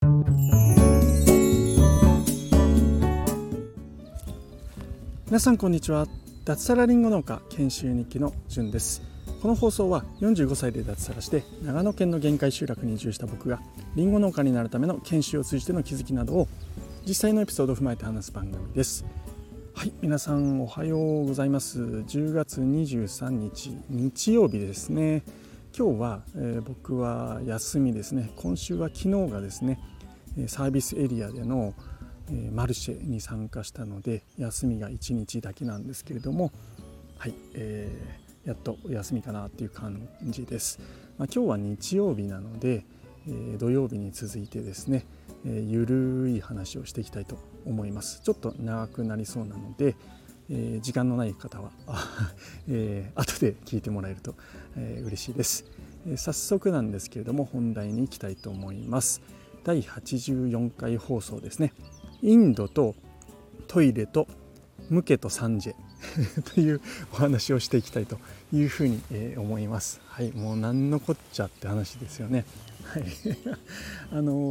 皆さんこんにちは。脱サラリンゴ農家研修日記のじゅんです。この放送は45歳で脱サラして長野県の限界集落に移住した僕がリンゴ農家になるための研修を通じての気づきなどを実際のエピソードを踏まえて話す番組です。はい、皆さんおはようございます。10月23日日曜日ですね。今日は、僕は休みですね。今週は昨日がですねサービスエリアでのマルシェに参加したので休みが1日だけなんですけれども、はい、やっとお休みかなっていう感じです。今日は日曜日なので、土曜日に続いてですね、ゆるい話をしていきたいと思います。ちょっと長くなりそうなので、時間のない方は後で聞いてもらえると、嬉しいです。早速なんですけれども本題に行きたいと思います。第84回放送ですね。インドとトイレとムケとサンジェというお話をしていきたいというふうに思います。はい、もう何のこっちゃって話ですよね。はい、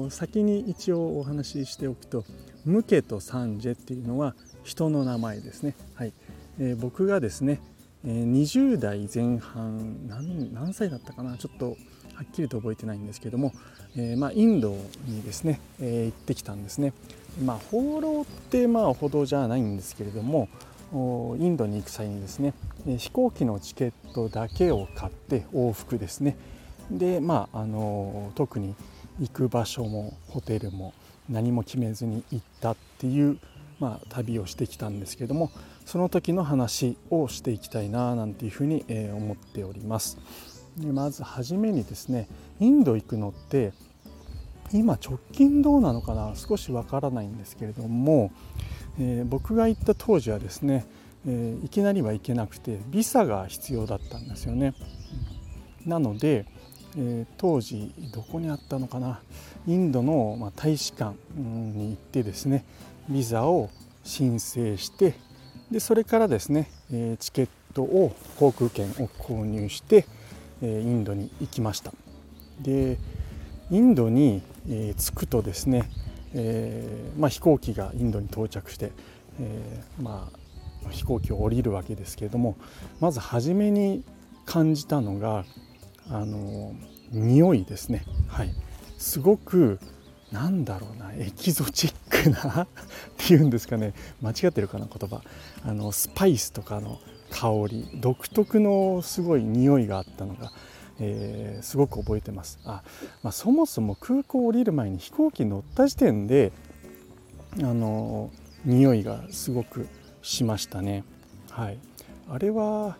先に一応お話ししておくと、ムケとサンジェっていうのは人の名前ですね。はい、僕がですね20代前半何歳だったかな、ちょっとはっきりと覚えてないんですけども、インドにですね、行ってきたんですね。放浪ってほどじゃないんですけれども、インドに行く際にですね飛行機のチケットだけを買って往復ですね。で特に行く場所もホテルも何も決めずに行ったっていう旅をしてきたんですけれども、その時の話をしていきたいななんていうふうに思っております。でまずはじめにですね、インド行くのって今直近どうなのかな、少しわからないんですけれども、僕が行った当時はですね、いきなりは行けなくてビザが必要だったんですよね。なので、当時どこにあったのかな、インドの大使館に行ってですねビザを申請して、でそれからですねチケットを航空券を購入してインドに行きました。でインドに着くとですね、飛行機がインドに到着して、飛行機を降りるわけですけれども、まず初めに感じたのが匂いですね。はい、すごくエキゾチックなっていうんですかね、間違ってるかな言葉、スパイスとかの香り、独特のすごい匂いがあったのがすごく覚えてます。そもそも空港を降りる前に飛行機に乗った時点で匂いがすごくしましたね。はい、あれは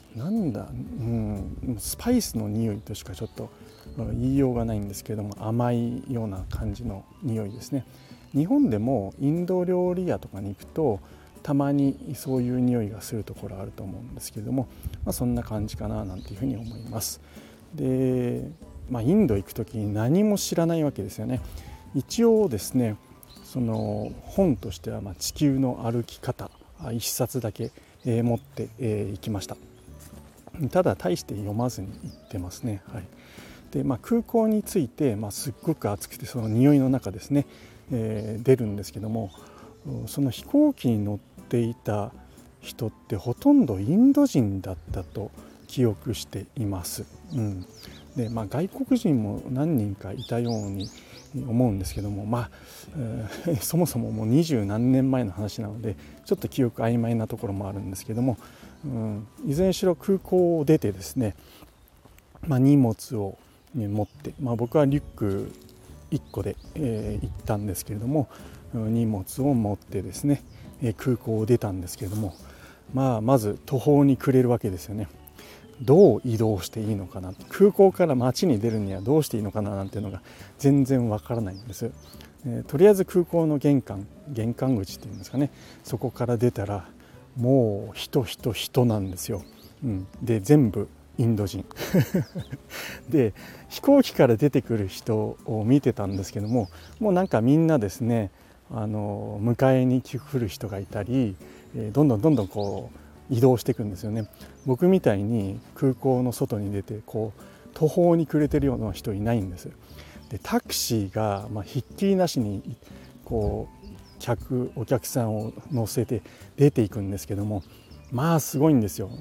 スパイスの匂いとしかちょっと言いようがないんですけれども、甘いような感じの匂いですね。日本でもインド料理屋とかに行くとたまにそういう匂いがするところあると思うんですけれども、そんな感じかななんていうふうに思います。で、インド行く時に何も知らないわけですよね。一応ですねその本としては地球の歩き方一冊だけ持って行きました。ただ大して読まずに行ってますね。はい、で空港に着いて、すっごく暑くてその匂いの中ですね、出るんですけども、その飛行機に乗っていた人ってほとんどインド人だったと記憶しています。で外国人も何人かいたように思うんですけども、そもそももう20何年前の話なのでちょっと記憶曖昧なところもあるんですけども、いずれにしろ空港を出てですね、荷物を持って、僕はリュック1個で、行ったんですけれども、荷物を持ってですね、空港を出たんですけれども、まず途方に暮れるわけですよね。どう移動していいのかな、空港から街に出るにはどうしていいのかななんていうのが全然わからないんです。とりあえず空港の玄関口っていうんですかね、そこから出たらもう人なんですよ。で全部インド人で飛行機から出てくる人を見てたんですけども、もうみんなですね迎えに来る人がいたり、どんどんこう移動していくんですよね。僕みたいに空港の外に出て途方に暮れてるような人いないんです。 でタクシーがひっきりなしにこうお客さんを乗せて出ていくんですけども、すごいんですよ。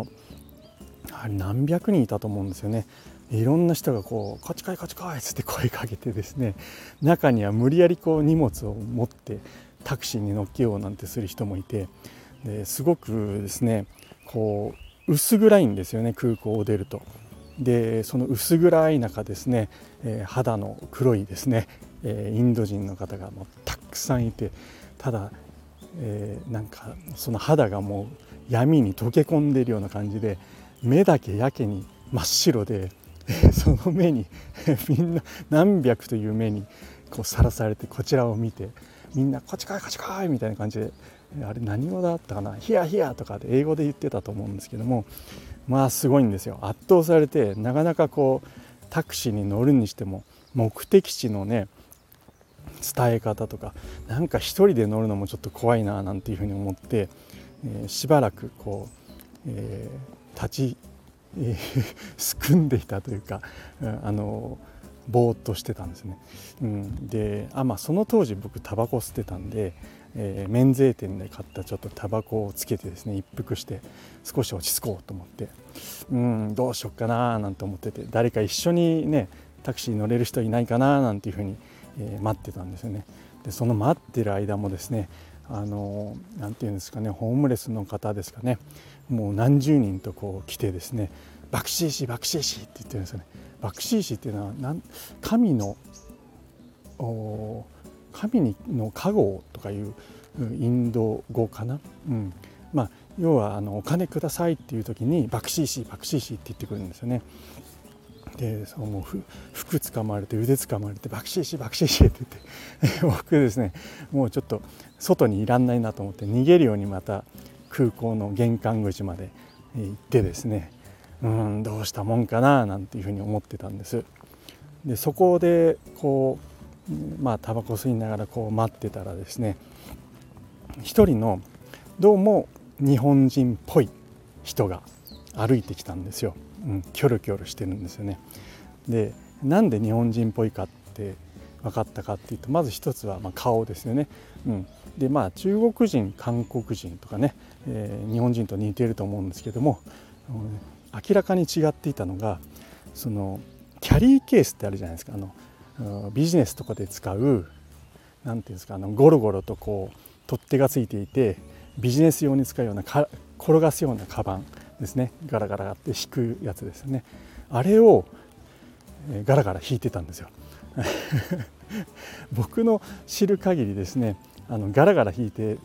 何百人いたと思うんですよね。いろんな人がこっち来いこっち来いっつって声かけてですね、中には無理やり荷物を持ってタクシーに乗っけようなんてする人もいて、ですごくですね薄暗いんですよね、空港を出ると。でその薄暗い中ですね、肌の黒いですね、インド人の方がたくさんいて、ただ、なんかその肌がもう闇に溶け込んでいるような感じで、目だけやけに真っ白で、その目にみんな何百という目にさらされて、こちらを見てみんなこっち来いこっち来いみたいな感じで、あれ何語だったかな、ヒアヒアとかで英語で言ってたと思うんですけども、すごいんですよ。圧倒されて、なかなかタクシーに乗るにしても目的地のね伝え方とか、なんか一人で乗るのもちょっと怖いななんていうふうに思って、しばらく立ちすくんでいたというか、ぼーっとしてたんですね。でその当時僕タバコ吸ってたんで、免税店で買ったちょっとタバコをつけてですね、一服して少し落ち着こうと思って、どうしよっかななんて思ってて、誰か一緒にねタクシーに乗れる人いないかななんていうふうに、待ってたんですよね。でその待ってる間もですね、なんていうんですかね、ホームレスの方ですかね、もう何十人と来てですね、バクシーシバクシーシって言ってるんですよね。バクシーシっていうのは神の加護とかいうインド語かな。要はお金くださいっていう時にバクシーシバクシーシって言ってくるんですよね。でもう服掴まれて腕掴まれてバクシーシバクシーシって言って僕ですね、もうちょっと外にいらんないなと思って逃げるようにまた空港の玄関口まで行ってですね、どうしたもんかななんていうふうに思ってたんです。でそこでタバコ吸いながら待ってたらですね、一人のどうも日本人っぽい人が歩いてきたんですよ。キョロキョロしてるんですよね。でなんで日本人っぽいかって分かったかっていうと、まず一つは顔ですよね。で中国人韓国人とかね、日本人と似ていると思うんですけども、明らかに違っていたのが、そのキャリーケースってあるじゃないですか。ビジネスとかで使うなんていうんですか、ゴロゴロと取っ手がついていてビジネス用に使うような転がすようなカバンですね。ガラガラって引くやつですね。あれをガラガラ引いてたんですよ僕の知る限りですね、ガラガラ引いて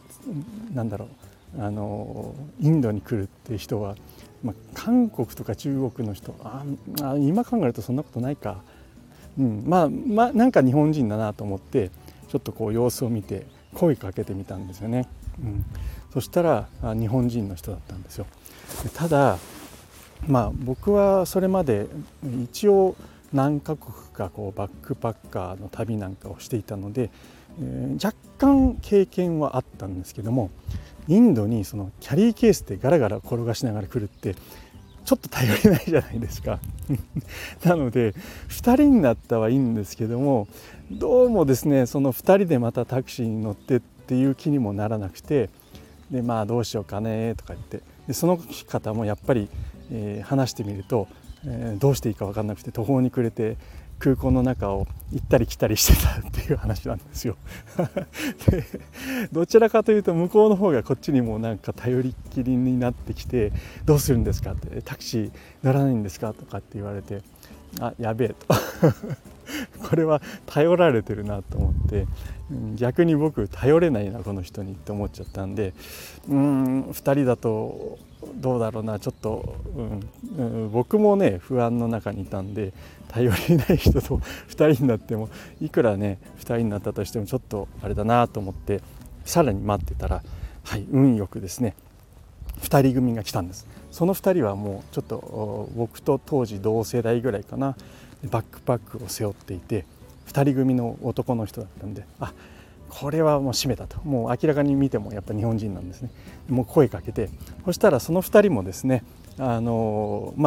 インドに来るっていう人は、韓国とか中国の人、今考えるとそんなことないか、なんか日本人だなと思ってちょっと様子を見て声かけてみたんですよね。そしたら日本人の人だったんですよ。ただ僕はそれまで一応何カ国かバックパッカーの旅なんかをしていたので、若干経験はあったんですけども、インドにそのキャリーケースでガラガラ転がしながら来るってちょっと頼りないじゃないですかなので2人になったはいいんですけども、どうもですねその2人でまたタクシーに乗ってっていう気にもならなくて、でどうしようかねとか言って、でその方もやっぱり、話してみると、どうしていいか分かんなくて途方に暮れて空港の中を行ったり来たりしてたっていう話なんですよでどちらかというと向こうの方がこっちにもなんか頼りっきりになってきて、どうするんですかって、タクシー乗らないんですかとかって言われて、やべえとこれは頼られてるなと思って、逆に僕頼れないなこの人にって思っちゃったんで、2人だとどうだろうな、ちょっと、僕もね不安の中にいたんで、頼りない人と2人になってもいくらね2人になったとしてもちょっとあれだなと思ってさらに待ってたら、運よくですね2人組が来たんです。その2人はもうちょっと僕と当時同世代ぐらいかな、バックパックを背負っていて2人組の男の人だったんで、これはもう閉めたと、もう明らかに見てもやっぱ日本人なんですね。もう声かけて、そしたらその2人もですね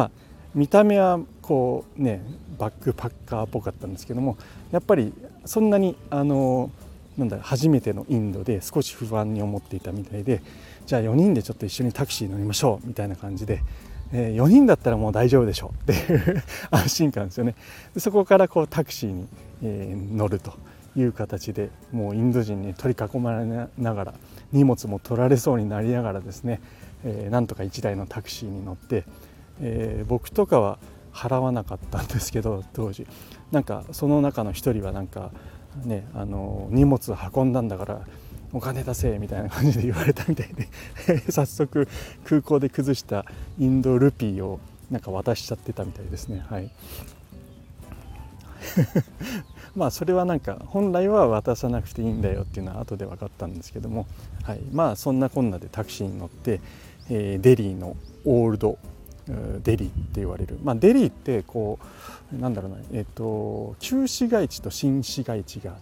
見た目はこうねバックパッカーっぽかったんですけども、やっぱりそんなに初めてのインドで少し不安に思っていたみたいで、じゃあ4人でちょっと一緒にタクシー乗りましょうみたいな感じで、4人だったらもう大丈夫でしょうっていう安心感ですよね。でそこからこうタクシーに、乗るという形で、もうインド人に取り囲まれながら、荷物も取られそうになりながらですね、なんとか1台のタクシーに乗って、僕とかは払わなかったんですけど、当時なんかその中の一人はなんかね、荷物運んだんだからお金出せみたいな感じで言われたみたいで早速空港で崩したインドルピーをなんか渡しちゃってたみたいですね。はいまあそれはなんか本来は渡さなくていいんだよっていうのは後で分かったんですけども、はい、まあそんなこんなでタクシーに乗って、デリーのオールドデリーって言われる、デリーってこうなんだろうな、旧市街地と新市街地があって、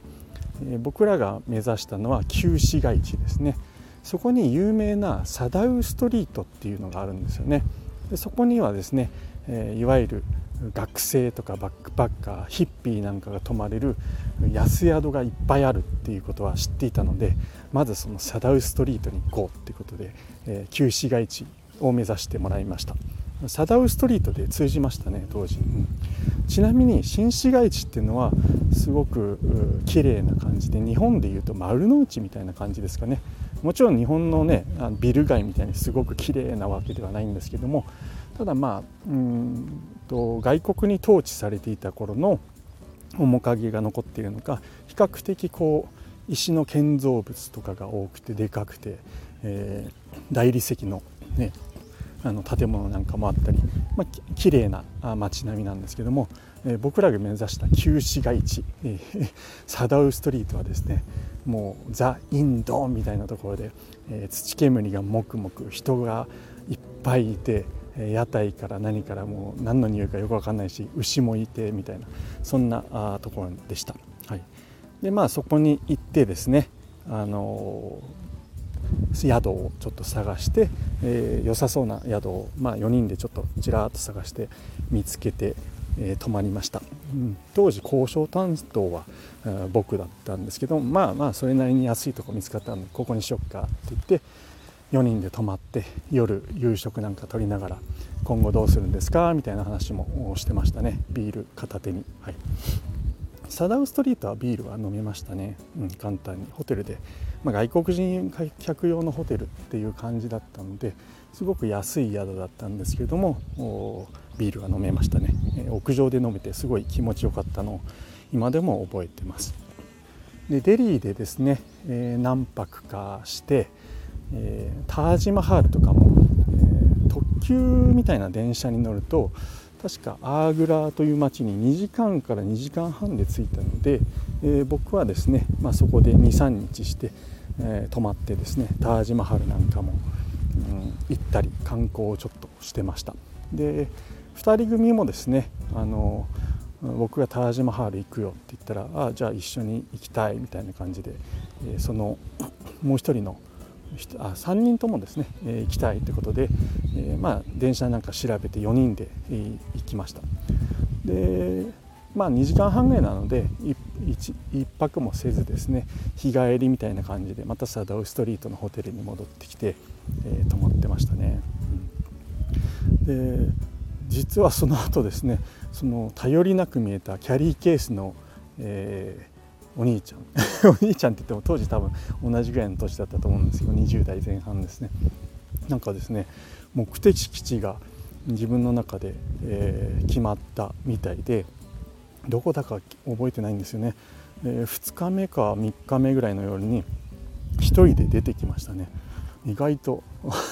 僕らが目指したのは旧市街地ですね。そこに有名なサダウストリートっていうのがあるんですよね。でそこにはですね、いわゆる学生とかバックパッカー、ヒッピーなんかが泊まれる安宿がいっぱいあるっていうことは知っていたので、まずそのサダウストリートに行こうっていうことで、旧市街地を目指してもらいました。サダウストリートで通じましたね当時、ちなみに新市街地っていうのはすごく綺麗な感じで、日本でいうと丸の内みたいな感じですかね。もちろん日本のねビル街みたいにすごく綺麗なわけではないんですけども、ただ外国に統治されていた頃の面影が残っているのか、比較的こう石の建造物とかが多くてでかくて、大理石のね建物なんかもあったり、綺麗な街並みなんですけども、僕らが目指した旧市街地、サダウストリートはですね、もうザ・インドみたいなところで、土煙がもくもく、人がいっぱいいて、屋台から何からもう何の匂いかよく分かんないし、牛もいてみたいな、そんなところでした。はい、でそこに行ってですね、宿をちょっと探して、良さそうな宿を、4人でちょっとちらっと探して見つけて、泊まりました。当時交渉担当は僕だったんですけど、それなりに安いとこ見つかったのでここにしよっかって言って4人で泊まって、夜夕食なんか取りながら今後どうするんですかみたいな話もしてましたね。ビール片手に。はい、サダウストリートはビールは飲めましたね。簡単にホテルで、外国人客用のホテルっていう感じだったのですごく安い宿だったんですけれども、ビールが飲めましたね。屋上で飲めてすごい気持ちよかったのを今でも覚えてます。でデリーでですね、何泊かして、タージマハールとかも、特急みたいな電車に乗ると確かアーグラという町に2時間から2時間半で着いたので、僕はですね、そこで 2,3 日して、泊まってですね、タージマハルなんかも、行ったり観光をちょっとしてました。で2人組もですね、僕がタージマハル行くよって言ったら、じゃあ一緒に行きたいみたいな感じで、そのもう一人の3人ともですね、行きたいということで、電車なんか調べて4人で、行きました。で2時間半ぐらいなので1泊もせずですね、日帰りみたいな感じでまたサダウストリートのホテルに戻ってきて、泊まってましたね。で実はその後ですね、その頼りなく見えたキャリーケースの、お兄ちゃんお兄ちゃんって言っても当時多分同じぐらいの年だったと思うんですけど、20代前半ですね。なんかですね、目的地が自分の中で、決まったみたいで、どこだか覚えてないんですよね。2日目か3日目ぐらいの夜に一人で出てきましたね。意外と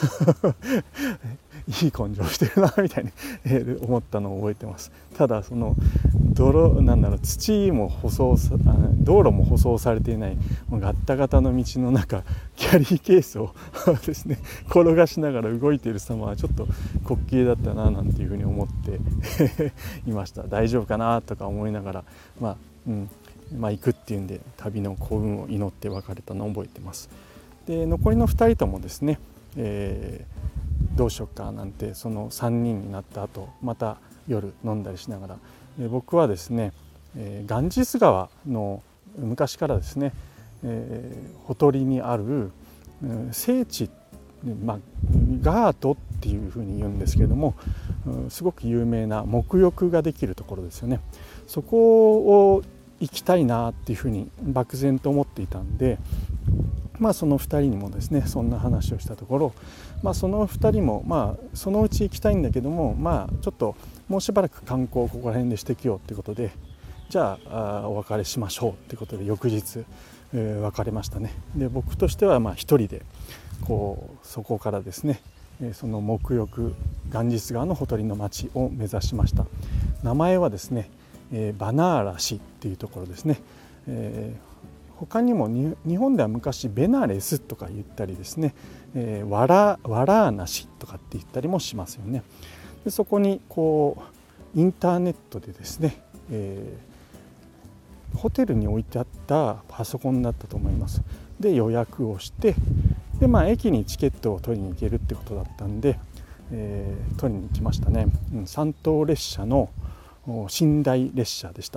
いい根性してるなみたいに思ったのを覚えてます。ただその土も道路も舗装されていないガッタガタの道の中、キャリーケースをですね転がしながら動いている様はちょっと滑稽だったななんていうふうに思っていました。大丈夫かなとか思いながら行くっていうんで旅の幸運を祈って別れたのを覚えてます。で残りの2人ともですね、 どうしよっかなんてその3人になった後また夜飲んだりしながら、僕はですね、ガンジス川の昔からですね、ほとりにある聖地、ガートっていうふうに言うんですけれども、すごく有名な沐浴ができるところですよね。そこを行きたいなっていうふうに漠然と思っていたんで、その2人にもですねそんな話をしたところ、その2人もそのうち行きたいんだけども、ちょっともうしばらく観光をここら辺でしてきようということで、じゃあお別れしましょうということで翌日、別れましたね。で僕としては一人でそこからですね、その沐浴ガンジス川のほとりの町を目指しました。名前はですね、バナーラ市っていうところですね。他にも日本では昔ベナレスとか言ったりですね、ワラーナ市とかって言ったりもしますよね。でそこにインターネットでですね、ホテルに置いてあったパソコンだったと思います。で予約をして、で駅にチケットを取りに行けるってことだったんで、取りに行きましたね。3等列車の寝台列車でした。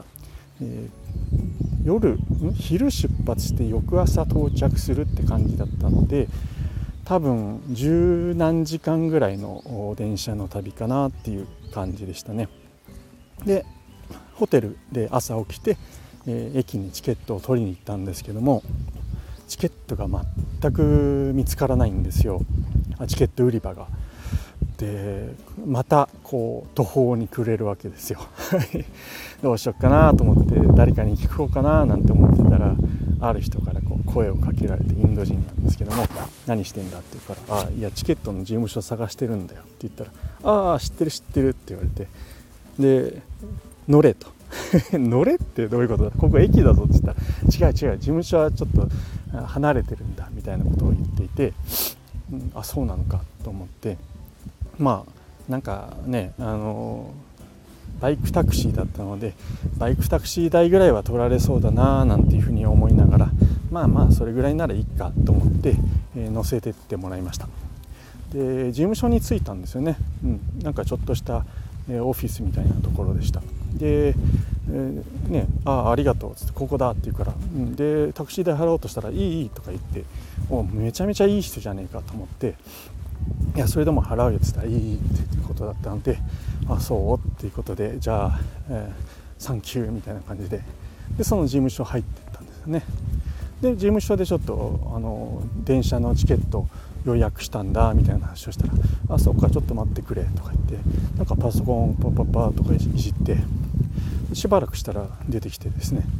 昼出発して翌朝到着するって感じだったので、多分十何時間ぐらいの電車の旅かなっていう感じでしたね。でホテルで朝起きて、駅にチケットを取りに行ったんですけども、チケットが全く見つからないんですよ。チケット売り場が。でまた途方に暮れるわけですよどうしようかなと思って誰かに聞こうかななんて思ってたら、ある人から声をかけられて、インド人なんですけども、何してんだって言うから、いやチケットの事務所探してるんだよって言ったら、知ってるって言われて、で乗れと乗れってどういうことだ、ここ駅だぞって言ったら、違う事務所はちょっと離れてるんだみたいなことを言っていて、そうなのかと思って、なんかね、バイクタクシーだったのでバイクタクシー代ぐらいは取られそうだななんていうふうに思いながら、それぐらいならいいかと思って、乗せてってもらいました。で事務所に着いたんですよね。なんかちょっとしたオフィスみたいなところでした。で、ありがとうっつって、ここだって言うから、でタクシー代払おうとしたら、いいとか言って、めちゃめちゃいい人じゃねえかと思って、いやそれでも払うよって言ったらいいっていうことだったので、そうっていうことで、じゃあ、サンキューみたいな感じで、その事務所入っていったんですよね。で事務所でちょっと電車のチケット予約したんだみたいな話をしたら、そっかちょっと待ってくれとか言って、なんかパソコンパッとかいじって、しばらくしたら出てきてですね、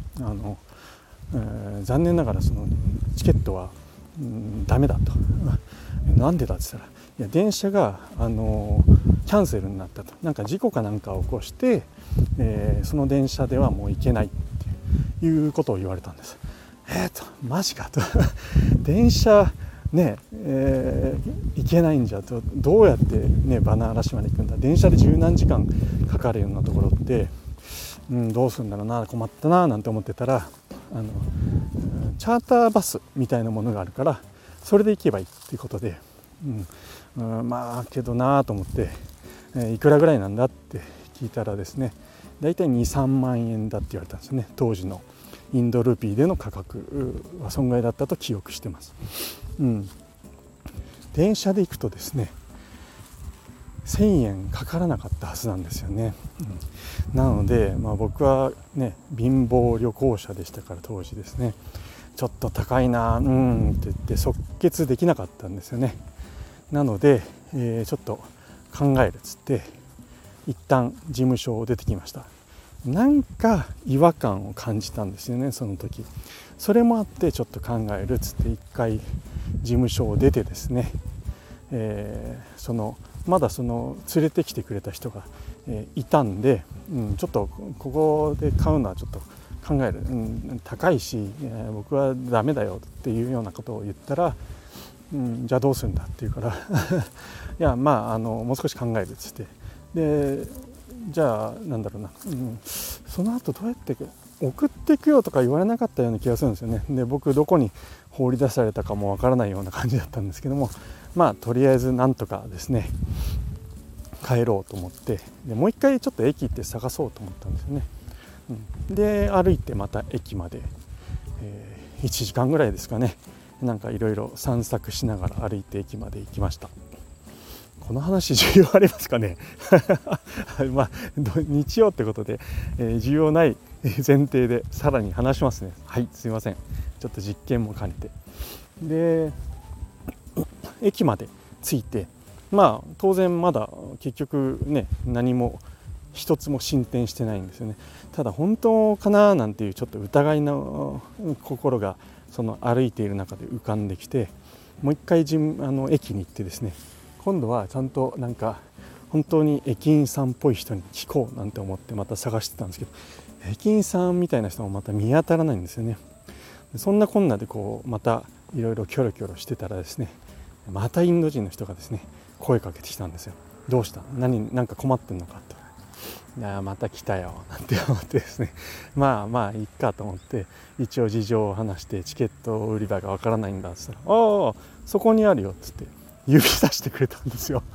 残念ながらそのチケットは、ダメだと。なんでだって言ったら、いや電車がキャンセルになったと、なんか事故かなんかを起こして、その電車ではもう行けないっていうことを言われたんです。マジかと電車ね、行けないんじゃと、どうやってねバナーラ市まで行くんだ、電車で十何時間かかるようなところって、どうするんだろうな、困ったななんて思ってたら、チャーターバスみたいなものがあるから、それで行けばいいっていうことで、けどなと思って、いくらぐらいなんだって聞いたらですね、だいたい 2,3 万円だって言われたんですよね。当時のインドルピーでの価格はそんぐらいだったと記憶してます。電車で行くとですね、1000円かからなかったはずなんですよね。なので、僕はね貧乏旅行者でしたから、当時ですね、ちょっと高いなって言って即決できなかったんですよね。なので、ちょっと考えるっつって一旦事務所を出てきました。なんか違和感を感じたんですよね、その時。それもあってちょっと考えるっつって一回事務所を出てですね、まだ連れてきてくれた人が、いたんで、ちょっとここで買うのはちょっと考える、高いし、僕はダメだよっていうようなことを言ったら、じゃあどうするんだって言うからいやもう少し考えるっつって、でじゃあその後どうやって送っていくよとか言われなかったような気がするんですよね。で僕どこに放り出されたかもわからないような感じだったんですけども、とりあえずなんとかですね帰ろうと思って、でもう一回ちょっと駅行って探そうと思ったんですよね。で歩いてまた駅まで、1時間ぐらいですかね、なんかいろいろ散策しながら歩いて駅まで行きました。この話重要ありますかね日曜ってことで、重要ない前提でさらに話しますね。はいすいません、ちょっと実験も兼ねて、で駅まで着いて、当然まだ結局ね何も一つも進展してないんですよね。ただ本当かななんていうちょっと疑いの心がその歩いている中で浮かんできて、もう一回駅に行ってですね、今度はちゃんとなんか本当に駅員さんっぽい人に聞こうなんて思ってまた探してたんですけど、駅員さんみたいな人もまた見当たらないんですよね。そんなこんなでまたいろいろキョロキョロしてたらですね、またインド人の人がですね声かけてきたんですよ。どうした？なんか困ってんのかと。いやまた来たよなんて思ってですね、いっかと思って一応事情を話して、チケット売り場がわからないんだっつったら、そこにあるよっつって指さしてくれたんですよ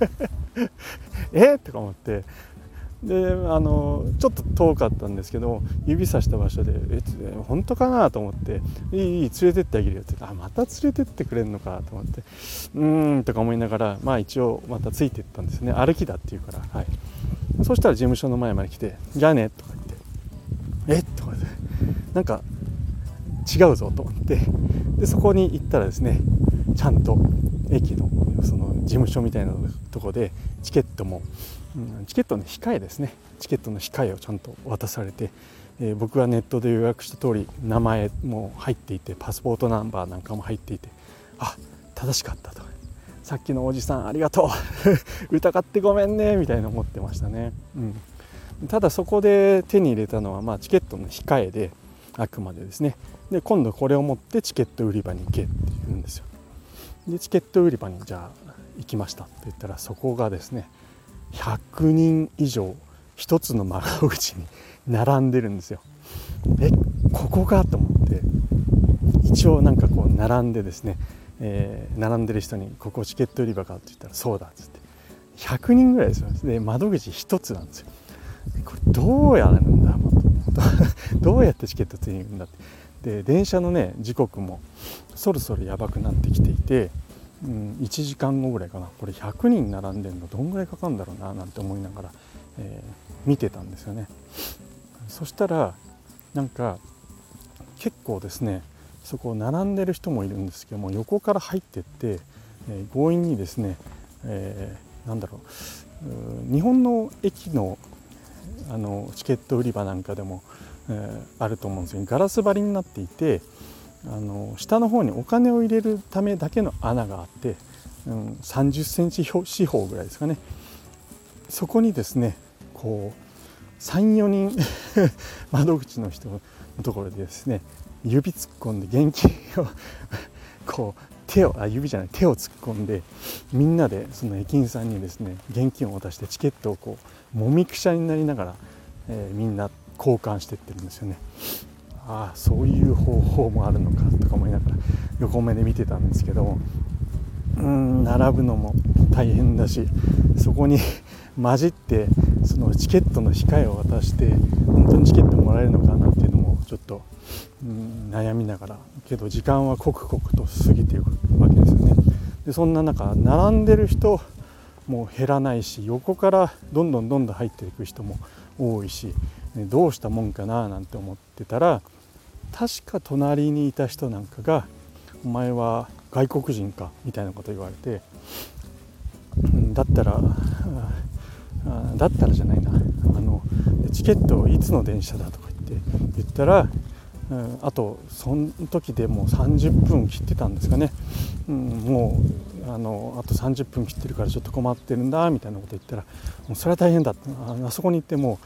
とか思って、でちょっと遠かったんですけど指さした場所で本当かなと思って、いい連れてってあげるよって言って、また連れてってくれるのかと思ってとか思いながら、一応またついていったんですね。歩きだっていうから、そしたら事務所の前まで来て、じゃあねとか言って、とか言ってなんか違うぞと思って、でそこに行ったらですね、ちゃんと駅のその事務所みたいなとこでチケットの控えですね、チケットの控えをちゃんと渡されて、僕がネットで予約した通り名前も入っていて、パスポートナンバーなんかも入っていて、正しかったと、さっきのおじさんありがとう疑ってごめんねみたいな思ってましたね。ただそこで手に入れたのは、チケットの控えであくまでですね。で今度これを持ってチケット売り場に行けって言うんですよ。でチケット売り場にじゃあ行きましたって言ったら、そこがですね100人以上一つの窓口に並んでるんですよ。ここかと思って、一応なんか並んでですね、並んでる人にここチケット売り場かって言ったら、そうだっつって100人ぐらいですよ。で窓口一つなんですよ。これどうやるんだどうやってチケット手に入れるんだって。で電車のね時刻もそろそろやばくなってきていて、1時間後ぐらいかな、これ100人並んでるのどんぐらいかかるんだろうななんて思いながら、見てたんですよね。そしたらなんか結構ですね、そこを並んでる人もいるんですけども、横から入ってって、強引にですね、日本の駅のチケット売り場なんかでも、あると思うんですよ。ガラス張りになっていて、下の方にお金を入れるためだけの穴があって、30センチ四方ぐらいですかね。そこにですね3、4人窓口の人のところでですね、指突っ込んで現金を手を突っ込んで、みんなでその駅員さんにですね現金を渡してチケットをもみくしゃになりながら、みんな交換していってるんですよね。そういう方法もあるのかとか思いながら横目で見てたんですけど、並ぶのも大変だし、そこに混じってそのチケットの控えを渡して本当にチケットもらえるのかなっていうのもちょっと、悩みながら、けど時間は刻々と過ぎていくわけですよね。でそんな中並んでる人も減らないし、横からどんどん入っていく人も多いし、どうしたもんかななんて思ってたら、確か隣にいた人なんかが、お前は外国人かみたいなこと言われて、だったらじゃないな、チケットいつの電車だとか言ったら、あとその時でもう30分切ってたんですかね、もうあと30分切ってるからちょっと困ってるんだみたいなこと言ったら、もうそれは大変だって、あそこに行っても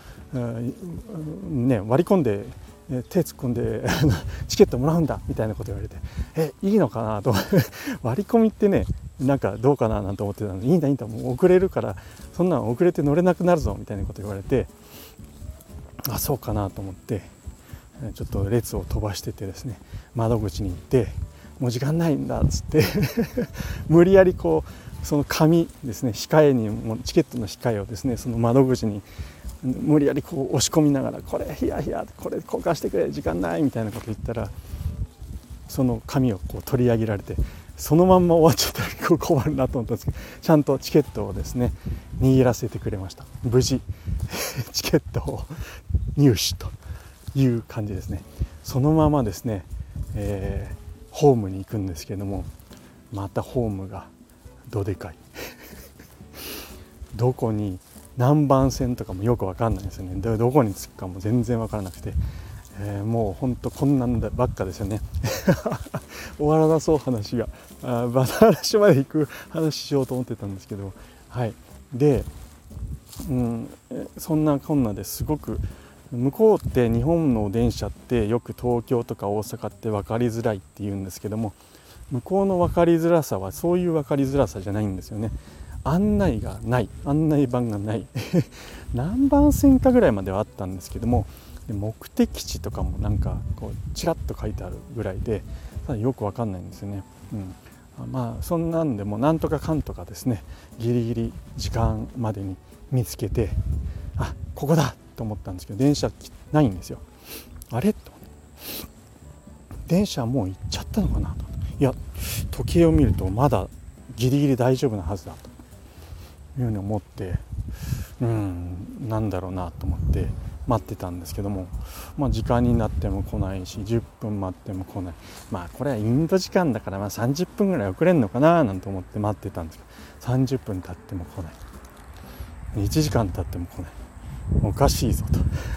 割り込んで手突っ込んでチケットもらうんだみたいなこと言われて、いいのかなと割り込みってね、なんかどうかななんて思ってたので、いいんだもう遅れるから、そんなの遅れて乗れなくなるぞみたいなこと言われて、そうかなと思って、 ちょっと列を飛ばしててですね、窓口に行ってもう時間ないんだっつって無理やりこうその紙ですね、控えにもチケットの控えをですね、その窓口に無理やりこう押し込みながら、これヒヤヒヤこれ交換してくれ時間ないみたいなこと言ったら、その紙をこう取り上げられて、そのまんま終わっちゃったら困るなと思ったんですけど、ちゃんとチケットをですね握らせてくれました。無事チケットを入手という感じですね。そのままですね、ホームに行くんですけども、またホームがどでかいどこに何番線とかもよく分かんないんですよね。どこに着くかも全然分からなくて、もうほんとこんなんばっかですよね終わらなそう話が、バナ話まで行く話しようと思ってたんですけど、はいで、そんなこんなですごく向こうって日本の電車ってよく東京とか大阪って分かりづらいって言うんですけども、向こうの分かりづらさはそういう分かりづらさじゃないんですよね。案内がない、案内板がない何番線かぐらいまではあったんですけども、目的地とかもなんかこうちらっと書いてあるぐらいで、ただよく分かんないんですよね。まあそんなんでもなんとかかんとかですね、ギリギリ時間までに見つけて、あ、ここだと思ったんですけど、電車ないんですよ。あれと、電車もう行っちゃったのかなと。いや、時計を見るとまだギリギリ大丈夫なはずだというふうに思って、なんだろうなと思って待ってたんですけども、時間になっても来ないし、10分待っても来ない。これはインド時間だから、30分ぐらい遅れるのかななんて思って待ってたんですけど、30分経っても来ない、1時間経っても来ない、おかしいぞと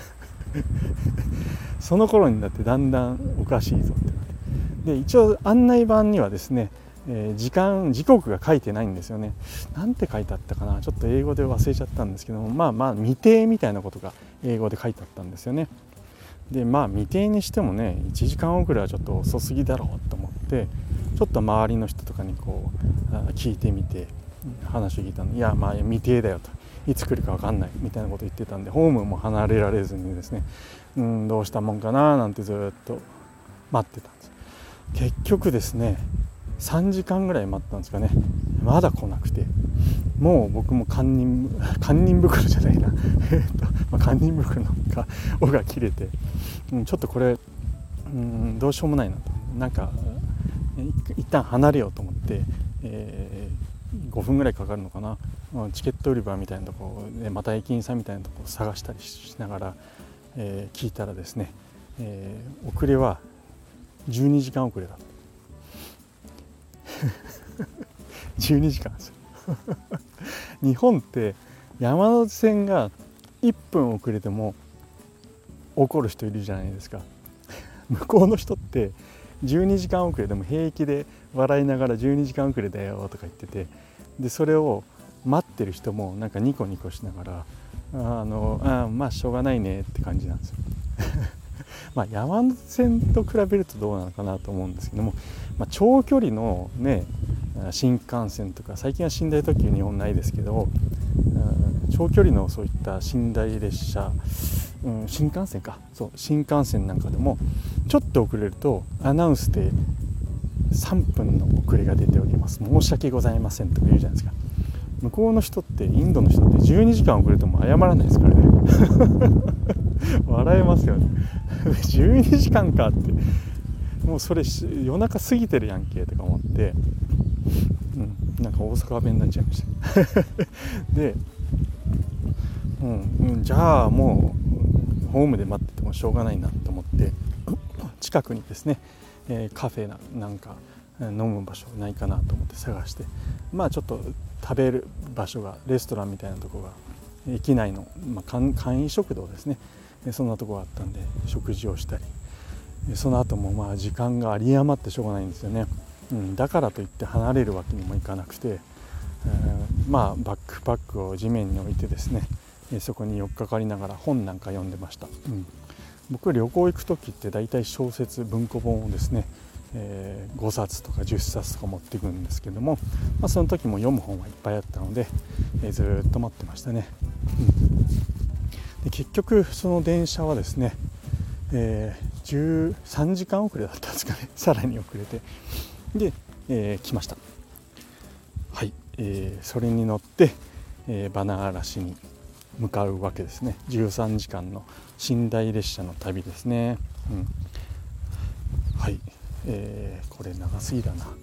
その頃になってだんだんおかしいぞってで、一応案内板にはですね、時刻が書いてないんですよね。なんて書いてあったかな、ちょっと英語で忘れちゃったんですけども、未定みたいなことが英語で書いてあったんですよね。で未定にしてもね、1時間遅れはちょっと遅すぎだろうと思って、ちょっと周りの人とかにこう聞いてみて話を聞いたの。いや未定だよと、いつ来るか分かんないみたいなこと言ってたんで、ホームも離れられずにですね、どうしたもんかななんてずっと待ってたんです。結局ですね3時間ぐらい待ったんですかね。まだ来なくて、もう僕も堪忍袋じゃないな堪忍袋の尾が切れて、ちょっとこれどうしようもないなと、なんか一旦離れようと思って、5分ぐらいかかるのかな、チケット売り場みたいなところでまた駅員さんみたいなところを探したりしながら、聞いたらですね、遅れは12時間遅れだ12時間ですよ日本って山手線が1分遅れても怒る人いるじゃないですか。向こうの人って12時間遅れでも平気で笑いながら12時間遅れだよとか言ってて、でそれを待ってる人もなんかニコニコしながらしょうがないねって感じなんですよ山手線と比べるとどうなのかなと思うんですけども、長距離のね新幹線とか、最近は寝台特急日本ないですけど、長距離のそういった寝台列車、新幹線なんかでもちょっと遅れるとアナウンスで3分の遅れが出ております、申し訳ございませんとか言うじゃないですか。向こうの人って、インドの人って12時間遅れても謝らないですからね笑えますよね12時間かって、もうそれ夜中過ぎてるやんけとか思って、なんか大阪弁になっちゃいましたで、じゃあもうホームで待っててもしょうがないなと思って近くにですね、カフェなんか飲む場所ないかなと思って探して、ちょっと食べる場所がレストランみたいなところが駅内の、簡易食堂ですね、そんなところがあったんで食事をしたり、その後も時間が有り余ってしょうがないんですよね。だからといって離れるわけにもいかなくて、バックパックを地面に置いてですね、そこに寄っかかりながら本なんか読んでました。僕旅行行く時ってだいたい小説文庫本をですね、5冊とか10冊とか持っていくんですけども、その時も読む本はいっぱいあったので、ずっと待ってましたね。で結局その電車はですね、 13時間遅れだったんですかね。さらに遅れてで、来ました。はい、それに乗って、バナ嵐に向かうわけですね。13時間の寝台列車の旅ですね。はい、これ長すぎだな。はい、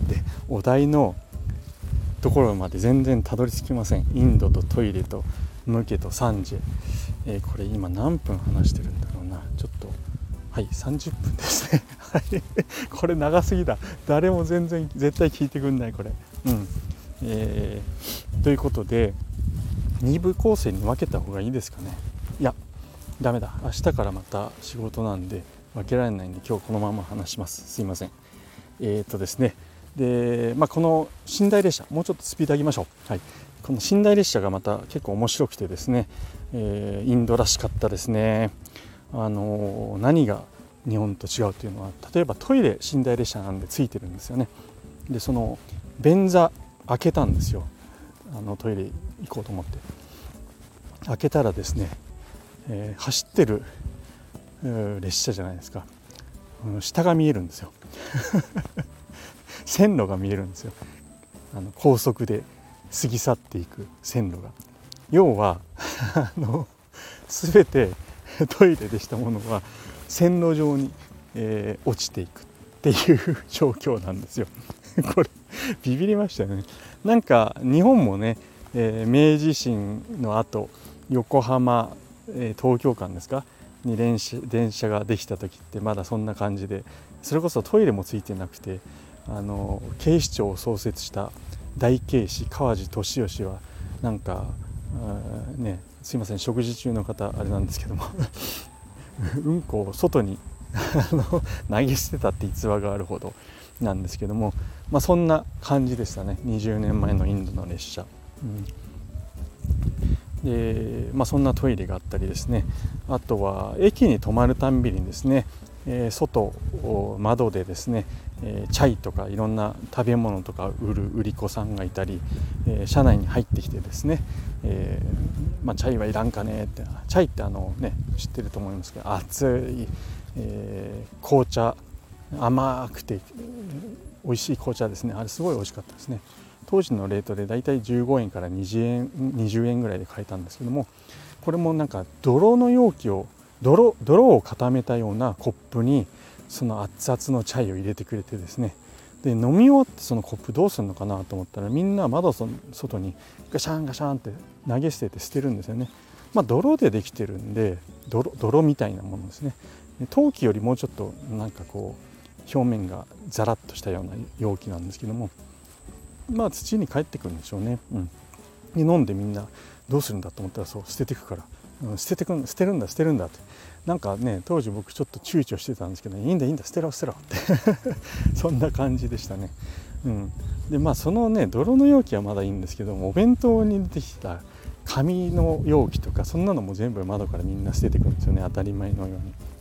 でお題のところまで全然たどり着きません。インドとトイレとムケとサンジェ、これ今何分話してるんだろうな。ちょっとはい30分ですね。これ長すぎだ。誰も全然絶対聞いてくんないこれ。ということで2部構成に分けた方がいいですかね。いやダメだ、明日からまた仕事なんで分けられないんで今日このまま話します。すいません。ですねで、この寝台列車もうちょっとスピード上げましょう。はい、この寝台列車がまた結構面白くてですね、インドらしかったですね。何が日本と違うというのは、例えばトイレ寝台列車なんでついてるんですよね。でその便座開けたんですよ。トイレ行こうと思って開けたらですね、走ってる列車じゃないですか、下が見えるんですよ。線路が見えるんですよ。高速で過ぎ去っていく線路が、要は全てトイレでしたものは線路上に、落ちていくっていう状況なんですよ。これビビりましたよね。なんか日本もね、明治維新の後横浜、東京間ですかに電車ができた時ってまだそんな感じで、それこそトイレもついてなくて、警視庁を創設した大警視川路俊義はなんかね、すいません食事中の方あれなんですけどもうんこを外に投げ捨てたって逸話があるほどなんですけども、そんな感じでしたね。20年前のインドの列車、でそんなトイレがあったりですね、あとは駅に止まるたんびにですね、外窓でですね、チャイとかいろんな食べ物とか売る売り子さんがいたり、車内に入ってきてですね、チャイはいらんかねって、チャイって知ってると思いますけど熱い、紅茶、甘くて美味しい紅茶ですね。あれすごい美味しかったですね。当時のレートでだいたい15円から20円ぐらいで買えたんですけども、これもなんか泥の容器を泥を固めたようなコップにその熱々のチャイを入れてくれてですね、で飲み終わってそのコップどうするのかなと思ったら、みんな窓の外にガシャンガシャンって投げ捨てて捨てるんですよね。泥でできてるんで泥みたいなものですね。陶器よりもうちょっとなんかこう表面がザラッとしたような容器なんですけども、土に帰ってくるんでしょうね。で飲んでみんなどうするんだと思ったら、そう捨ててくから、捨てるんだってなんかね、当時僕ちょっと躊躇してたんですけど、いいんだ捨てろってそんな感じでしたね。でそのね泥の容器はまだいいんですけども、お弁当に出てきた紙の容器とかそんなのも全部窓からみんな捨ててくるんですよね、当たり前のように。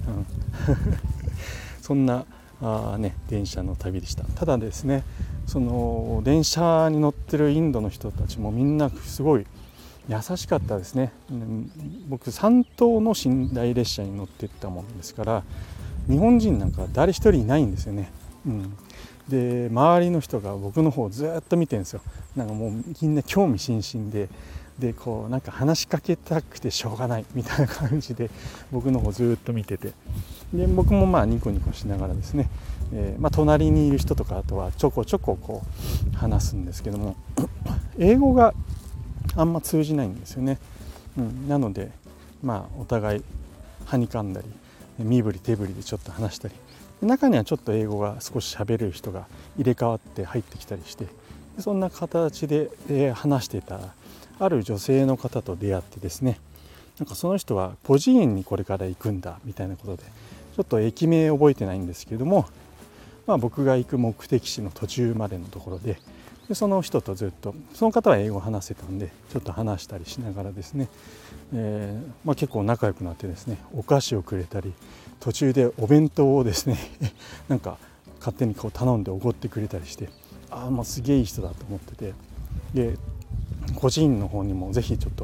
そんな電車の旅でした。ただですね、その電車に乗ってるインドの人たちもみんなすごい優しかったですね。僕3等の寝台列車に乗っていったもんですから、日本人なんか誰一人いないんですよね。で周りの人が僕の方をずっと見てるんですよ。なんかもうみんな興味津々でこうなんか話しかけたくてしょうがないみたいな感じで僕の方ずっと見てて、で僕もニコニコしながらですね、隣にいる人とかあとはちょこちょここう話すんですけども英語があんま通じないんですよね。なのでお互いはにかんだり身振り手振りでちょっと話したり、中にはちょっと英語が少し喋れる人が入れ替わって入ってきたりして、そんな形で、話していたある女性の方と出会ってですね、なんかその人はポジ園にこれから行くんだみたいなことで、ちょっと駅名覚えてないんですけども、僕が行く目的地の途中までのところで、その人とずっと、その方は英語を話せたんでちょっと話したりしながらですね、結構仲良くなってですね、お菓子をくれたり、途中でお弁当をですねなんか勝手にこう頼んでおごってくれたりして、もうすげえいい人だと思ってて、で個人の方にもぜひちょっと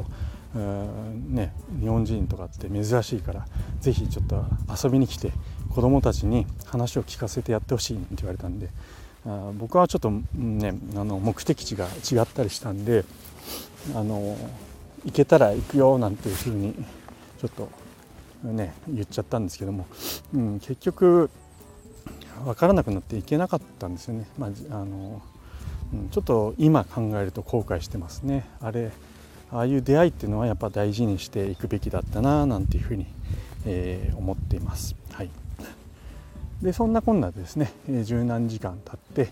日本人とかって珍しいからぜひちょっと遊びに来て子どもたちに話を聞かせてやってほしいって言われたんで、僕はちょっと目的地が違ったりしたんで行けたら行くよなんていうふうにちょっと言っちゃったんですけども、結局分からなくなって行けなかったんですよね。ちょっと今考えると後悔してますね。ああいう出会いっていうのはやっぱ大事にしていくべきだったななんていうふうに、思っています。はい。でそんなこんなでですね、十何時間経って、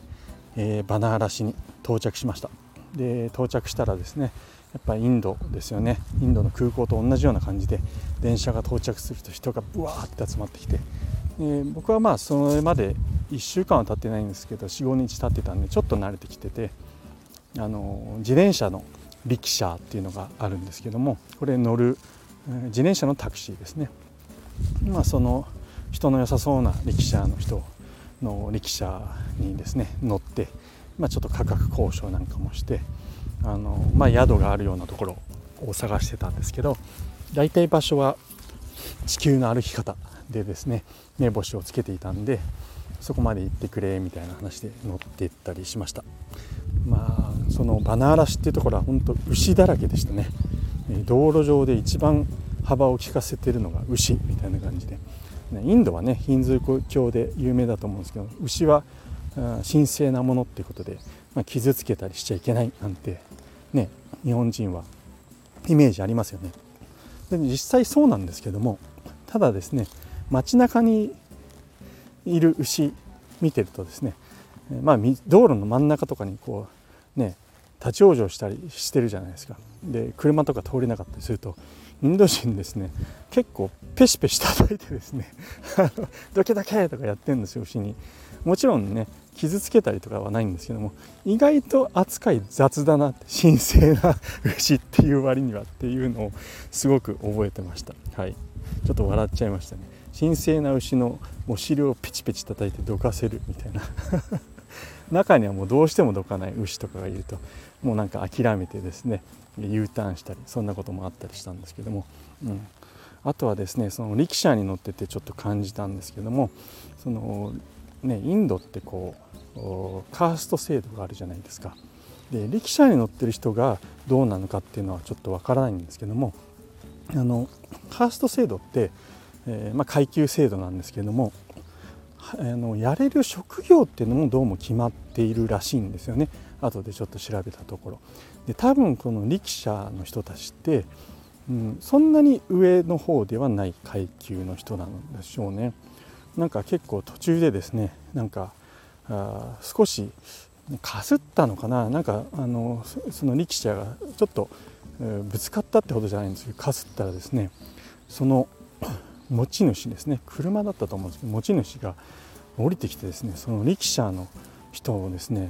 バナーラ市に到着しました。で到着したらですね、やっぱりインドですよね。インドの空港と同じような感じで電車が到着すると人がブワーって集まってきて、僕はそれまで1週間は経ってないんですけど 4,5 日経ってたんでちょっと慣れてきてて、自転車のリキシャーっていうのがあるんですけども、これ乗る自転車のタクシーですね。その人の良さそうなリキシャーの人のリキシャーにですね乗って、ちょっと価格交渉なんかもして宿があるようなところを探してたんですけど、だいたい場所は地球の歩き方でですね目星をつけていたんで、そこまで行ってくれみたいな話で乗っていったりしました。そのバナーラ市っていうところは本当牛だらけでしたね。道路上で一番幅を利かせているのが牛みたいな感じで、インドはねヒンズー教で有名だと思うんですけど、牛は神聖なものっていうことで、傷つけたりしちゃいけないなんてね、日本人はイメージありますよね。で実際そうなんですけども、ただですね街中にいる牛見てるとですね、道路の真ん中とかに立ち往生したりしてるじゃないですか。で車とか通れなかったりするとインド人ですね結構ペシペシ叩いてですねドキドキとかやってるんですよ牛に。もちろんね傷つけたりとかはないんですけども、意外と扱い雑だなって、神聖な牛っていう割にはっていうのをすごく覚えてました。はい、ちょっと笑っちゃいましたね。神聖な牛のお尻をペチペチ叩いてどかせるみたいな中にはもうどうしてもどかない牛とかがいるともう諦めてですね U ターンしたり、そんなこともあったりしたんですけども、あとはですねそのリキシャーに乗っててちょっと感じたんですけども、インドってカースト制度があるじゃないですか。でリキシャーに乗ってる人がどうなのかっていうのはちょっとわからないんですけども、カースト制度って、階級制度なんですけども、やれる職業っていうのもどうも決まっているらしいんですよね。後でちょっと調べたところで、多分このリキシャーの人たちって、そんなに上の方ではない階級の人なんでしょうね。結構途中でですね少しかすったのかな、そのリキシャーがちょっとぶつかったってほどじゃないんですけど、かすったらですねその持ち主ですね、車だったと思うんですけど、持ち主が降りてきてですねそのリキシャーの人をですね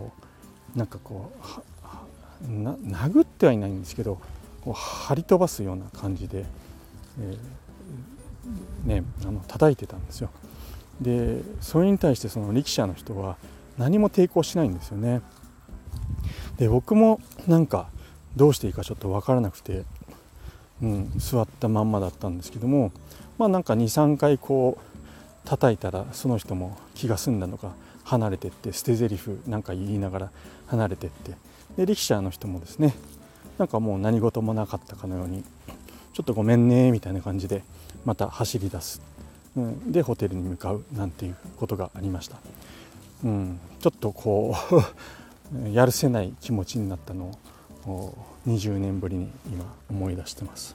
殴ってはいないんですけど張り飛ばすような感じで、叩いてたんですよ。でそれに対してそのリキシャーの人は何も抵抗しないんですよね。で僕もどうしていいかちょっと分からなくて、座ったまんまだったんですけども、2、3回叩いたらその人も気が済んだのか離れてって捨て台詞言いながら離れてって、でリキシャーの人もですねもう何事もなかったかのようにちょっとごめんねみたいな感じでまた走り出す、でホテルに向かうなんていうことがありました。ちょっとやるせない気持ちになったのを20年ぶりに今思い出してます。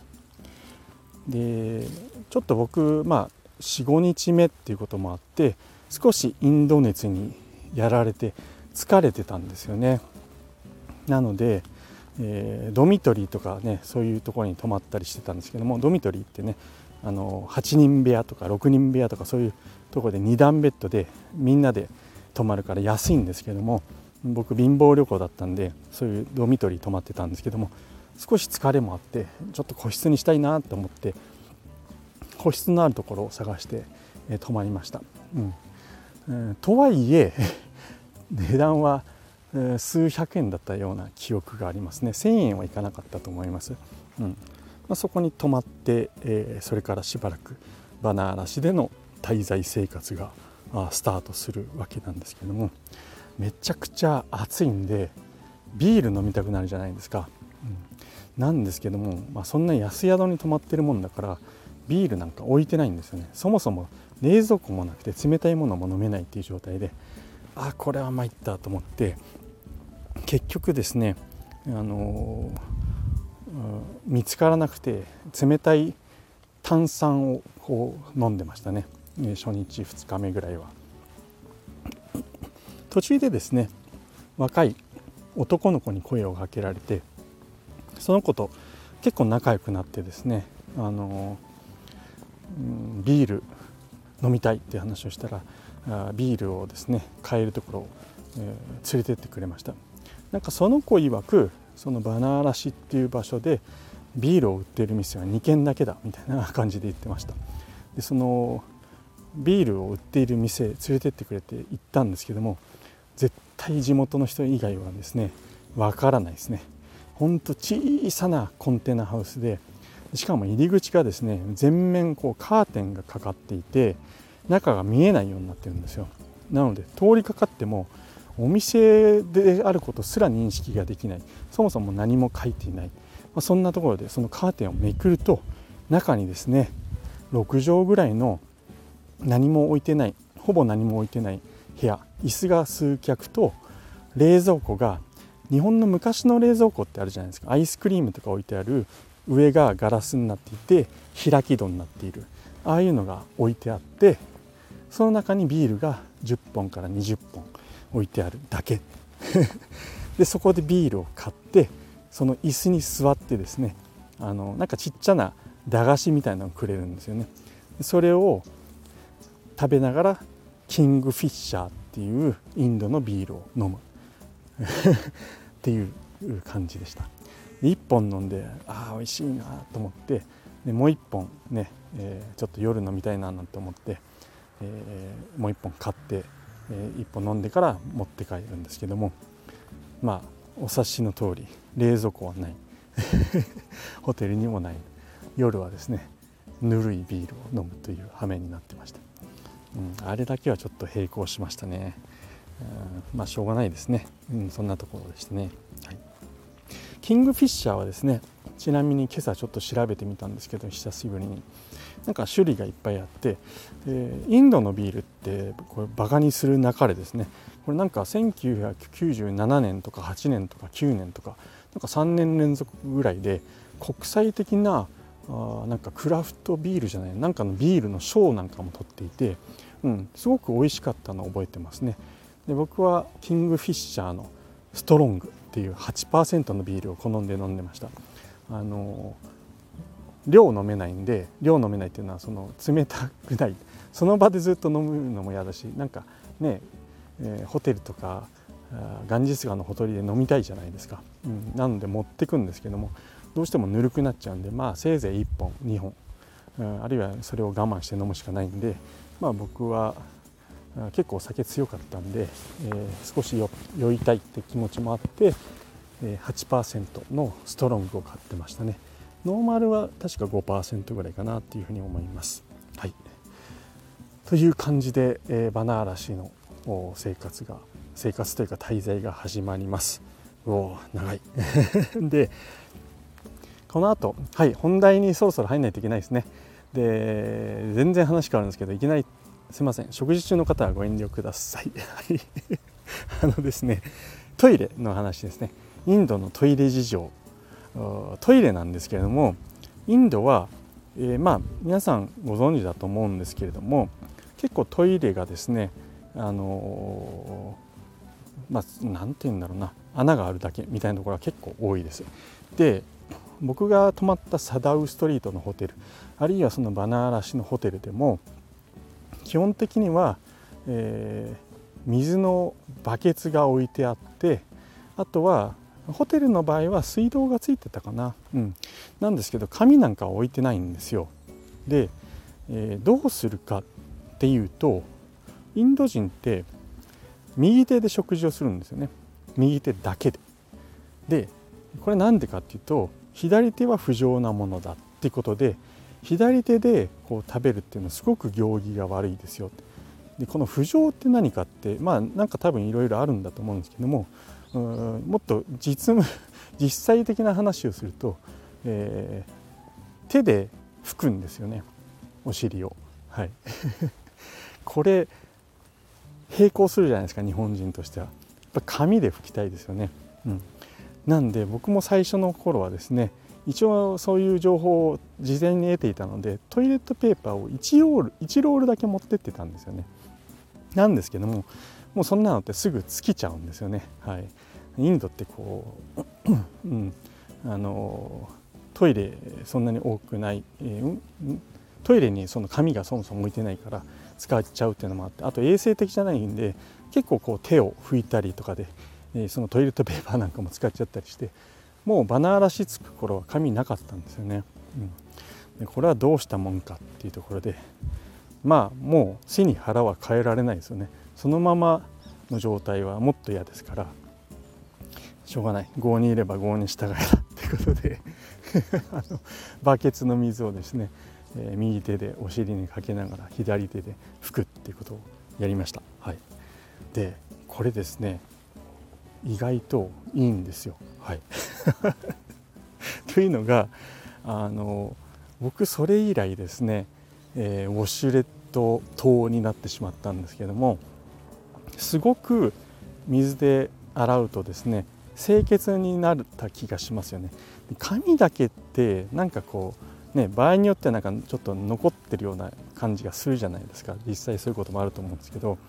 でちょっと僕4、5日目っていうこともあって少しインド熱にやられて疲れてたんですよね。なので、ドミトリーとかねそういうところに泊まったりしてたんですけども、ドミトリーってね8人部屋とか6人部屋とかそういうところで2段ベッドでみんなで泊まるから安いんですけども、僕貧乏旅行だったんでそういうドミトリー泊まってたんですけども、少し疲れもあってちょっと個室にしたいなと思って個室のあるところを探して、泊まりました。とはいえ値段は数百円だったような記憶がありますね。1000円はいかなかったと思います。そこに泊まって、それからしばらくバナーラシでの滞在生活がスタートするわけなんですけども、めちゃくちゃ暑いんでビール飲みたくなるじゃないですか。なんですけども、そんな安宿に泊まってるもんだからビールなんか置いてないんですよね。そもそも冷蔵庫もなくて冷たいものも飲めないっていう状態で、これは参ったと思って、結局ですね、見つからなくて冷たい炭酸をこう飲んでましたね。初日2日目ぐらいは。途中でですね、若い男の子に声をかけられて、その子と結構仲良くなってですね、ビール飲みたいっていう話をしたら、ビールをですね買えるところを、連れてってくれました。なんかその子曰く、そのバナーラシっていう場所でビールを売っている店は2軒だけだみたいな感じで言ってました。でそのビールを売っている店連れてってくれて行ったんですけども、絶対地元の人以外はですねわからないですね。ほんと小さなコンテナハウスで、しかも入り口がですね全面こうカーテンがかかっていて中が見えないようになってるんですよ。なので通りかかってもお店であることすら認識ができない、そもそも何も書いていない、そんなところでそのカーテンをめくると、中にですね6畳ぐらいの何も置いてない、ほぼ何も置いてない部屋、椅子が数脚と冷蔵庫が、日本の昔の冷蔵庫ってあるじゃないですか。アイスクリームとか置いてある、上がガラスになっていて開き戸になっている、ああいうのが置いてあって、その中にビールが10本から20本置いてあるだけでそこでビールを買って、その椅子に座ってですね、なんかちっちゃな駄菓子みたいなのをくれるんですよね。それを食べながらキングフィッシャーっていうインドのビールを飲むっていう感じでした。1本飲んで美味しいなと思って、でもう1本ね、ちょっと夜飲みたいななんて思って、もう1本買って、1本飲んでから持って帰るんですけども、お察しの通り冷蔵庫はないホテルにもない、夜はですねぬるいビールを飲むという羽目になってました。あれだけはちょっと並行しましたね。しょうがないですね。そんなところでしたね。キングフィッシャーはですね、ちなみに今朝ちょっと調べてみたんですけど、久しぶりになんか種類がいっぱいあって、インドのビールってこれバカにするなかれですね、これなんか1997年とか8年とか9年とかなんか3年連続ぐらいで国際的ななんかクラフトビールじゃない、なんかのビールの賞なんかも取っていて、すごく美味しかったのを覚えてますね。で僕はキングフィッシャーのストロングっていう 8% のビールを好んで飲んでました。量飲めないんで、量飲めないっていうのはその冷たくない、その場でずっと飲むのも嫌だし、なんかね、ホテルとかガンジス川のほとりで飲みたいじゃないですか。なので持ってくんですけども、どうしてもぬるくなっちゃうんで、せいぜい1本2本、あるいはそれを我慢して飲むしかないんで、僕は結構お酒強かったんで、少し酔いたいって気持ちもあって、8% のストロングを買ってましたね。ノーマルは確か 5% ぐらいかなっていうふうに思います。という感じで、バナーラシの生活というか滞在が始まります。長いでこの後、本題にそろそろ入んないといけないですね。で全然話変わるんですけど、いきなりすいません、食事中の方はご遠慮くださいですね、トイレの話ですね。インドのトイレ事情、トイレなんですけれども、インドは、皆さんご存知だと思うんですけれども、結構トイレがですね、なんていうんだろうな、穴があるだけみたいなところが結構多いです。で僕が泊まったサダウストリートのホテル、あるいはそのバナーラシのホテルでも基本的には、水のバケツが置いてあって、あとはホテルの場合は水道がついてたかな、なんですけど紙なんかは置いてないんですよ。で、どうするかっていうと、インド人って右手で食事をするんですよね。 右手だけでこれなんでかっていうと、左手は不浄なものだっていうことで、左手でこう食べるっていうのはすごく行儀が悪いですよ。でこの不浄って何かって、なんか多分いろいろあるんだと思うんですけども、もっと実際的な話をすると、手で拭くんですよね、お尻を。はいこれ並行するじゃないですか、日本人としては。やっぱ紙で拭きたいですよね。なんで僕も最初の頃はですね、一応そういう情報を事前に得ていたので、トイレットペーパーを1ロールだけ持ってってたんですよね。なんですけども、もうそんなのってすぐ尽きちゃうんですよね。インドってこう、トイレそんなに多くない、トイレにその紙がそもそも置いてないから使っちゃうっていうのもあって、あと衛生的じゃないんで結構こう手を拭いたりとかで、そのトイレットペーパーなんかも使っちゃったりして、もうバナ嵐つく頃は紙なかったんですよね。でこれはどうしたもんかっていうところで、もう背に腹は変えられないですよね。そのままの状態はもっと嫌ですから、しょうがない、郷にいれば郷に従えだってことでバケツの水をですね、右手でお尻にかけながら左手で拭くっていうことをやりました。でこれですね、意外といいんですよ。というのが僕それ以来ですね、ウォシュレット党になってしまったんですけども、すごく水で洗うとですね清潔になった気がしますよね。紙だけってなんかこうね、場合によってはなんかちょっと残ってるような感じがするじゃないですか。実際そういうこともあると思うんですけど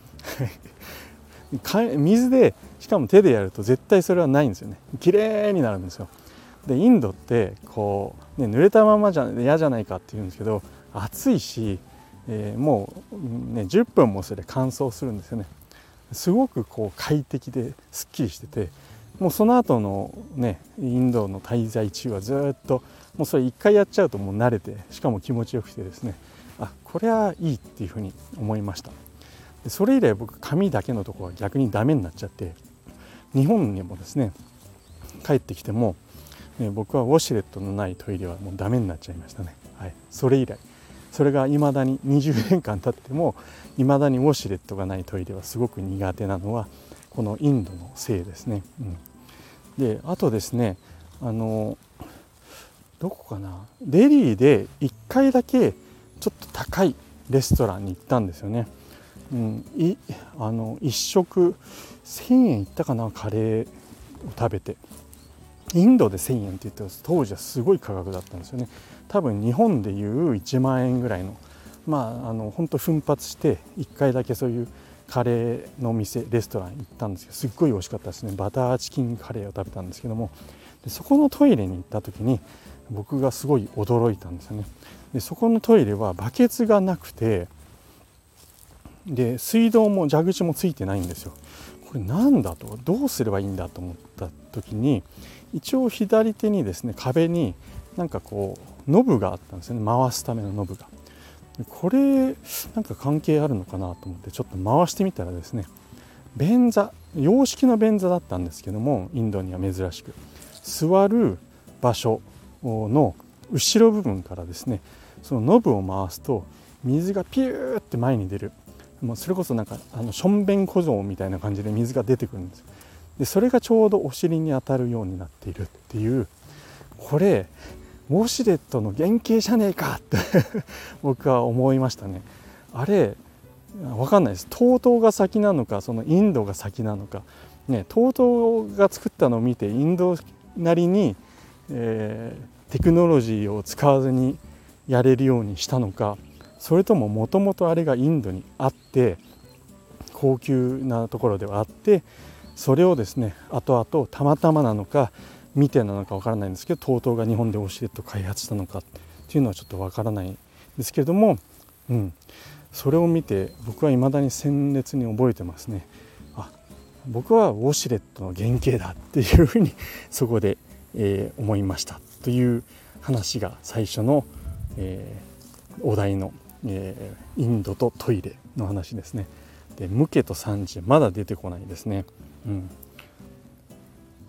水でしかも手でやると絶対それはないんですよね。綺麗になるんですよ。でインドってこう、濡れたままじゃ嫌じゃないかっていうんですけど、暑いし、もう、10分もすれば乾燥するんですよね。すごくこう快適ですっきりしてて、もうその後のねインドの滞在中はずっともうそれ一回やっちゃうともう慣れて、しかも気持ちよくてですね、これはいいっていうふうに思いました。それ以来僕紙だけのところは逆にダメになっちゃって、日本にもですね帰ってきても、僕はウォシュレットのないトイレはもうダメになっちゃいましたね。それ以来、それが未だに20年間経っても未だにウォシュレットがないトイレはすごく苦手なのはこのインドのせいですね。であとですね、どこかな、デリーで1回だけちょっと高いレストランに行ったんですよね。1食1000円いったかな、カレーを食べて。インドで1000円って言って当時はすごい価格だったんですよね。多分日本でいう1万円ぐらいの、本当奮発して1回だけそういうカレーの店レストラン行ったんですけど、すっごい美味しかったですね。バターチキンカレーを食べたんですけども、でそこのトイレに行った時に僕がすごい驚いたんですよね。でそこのトイレはバケツがなくて、で水道も蛇口もついてないんですよ。これなんだと、どうすればいいんだと思った時に、一応左手にですね壁になんかこうノブがあったんですよね、回すためのノブが。これなんか関係あるのかなと思ってちょっと回してみたらですね、便座、洋式の便座だったんですけども、インドには珍しく座る場所の後ろ部分からですね、そのノブを回すと水がピューって前に出る、もうそれこそなんかしょんべん小僧みたいな感じで水が出てくるんですよ。でそれがちょうどお尻に当たるようになっているっていう、これウォシュレットの原型じゃねえかって僕は思いましたね。あれ分かんないです、TOTOが先なのかそのインドが先なのかね、TOTOが作ったのを見てインドなりに、テクノロジーを使わずにやれるようにしたのか、それとももともとあれがインドにあって高級なところではあって、それをですね後々たまたまなのか見てなのかわからないんですけど、TOTOが日本でウォシュレットを開発したのかっていうのはちょっとわからないんですけれども、それを見て僕は未だに鮮烈に覚えてますね。僕はウォシュレットの原型だっていうふうにそこで、思いましたという話が最初の、お題の、インドとトイレの話ですね。でムケとサンジまだ出てこないですね。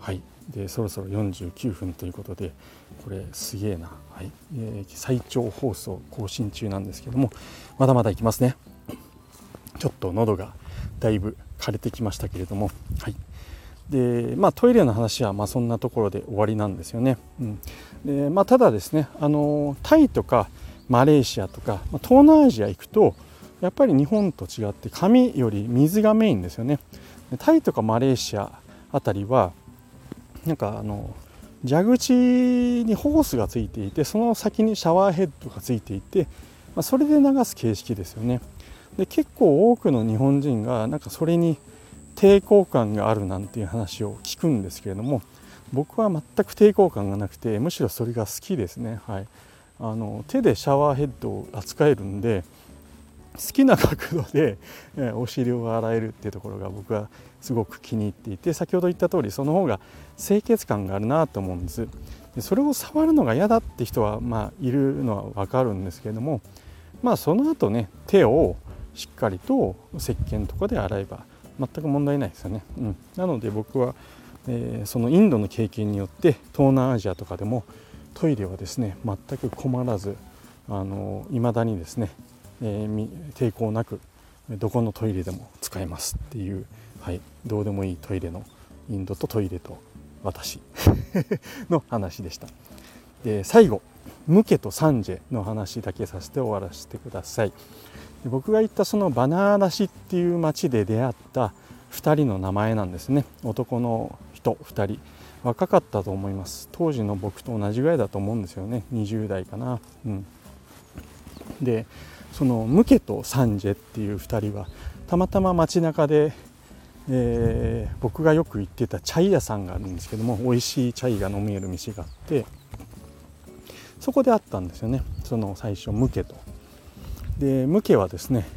はい、でそろそろ49分ということで、これすげえな、はい、最長放送更新中なんですけども、まだまだいきますね。ちょっと喉がだいぶ枯れてきましたけれども、はい、でトイレの話はそんなところで終わりなんですよね。でただですね、タイとかマレーシアとか、東南アジア行くとやっぱり日本と違って紙より水がメインですよね。タイとかマレーシアあたりはなんか蛇口にホースがついていて、その先にシャワーヘッドがついていて、それで流す形式ですよね。で結構多くの日本人がなんかそれに抵抗感があるなんていう話を聞くんですけれども、僕は全く抵抗感がなくて、むしろそれが好きですね。はい、手でシャワーヘッドを扱えるんで、好きな角度でお尻を洗えるっていうところが僕はすごく気に入っていて、先ほど言った通りその方が清潔感があるなと思うんです。でそれを触るのが嫌だって人はいるのは分かるんですけれども、その後ね、手をしっかりと石鹸とかで洗えば全く問題ないですよね。なので僕は、そのインドの経験によって東南アジアとかでもトイレはですね全く困らず、未だにですね、抵抗なくどこのトイレでも使えますっていう、はい、どうでもいいトイレのインドとトイレと私の話でした。で最後、ムケとサンジェの話だけさせて終わらせてください。で僕が行ったそのバナーラシっていう町で出会った2人の名前なんですね。男の人2人、若かったと思います。当時の僕と同じぐらいだと思うんですよね。20代かな。でそのムケとサンジェっていう2人はたまたま街中で、僕がよく行ってたチャイ屋さんがあるんですけども、美味しいチャイが飲める店があって、そこで会ったんですよね。その最初ムケと。でムケはですね、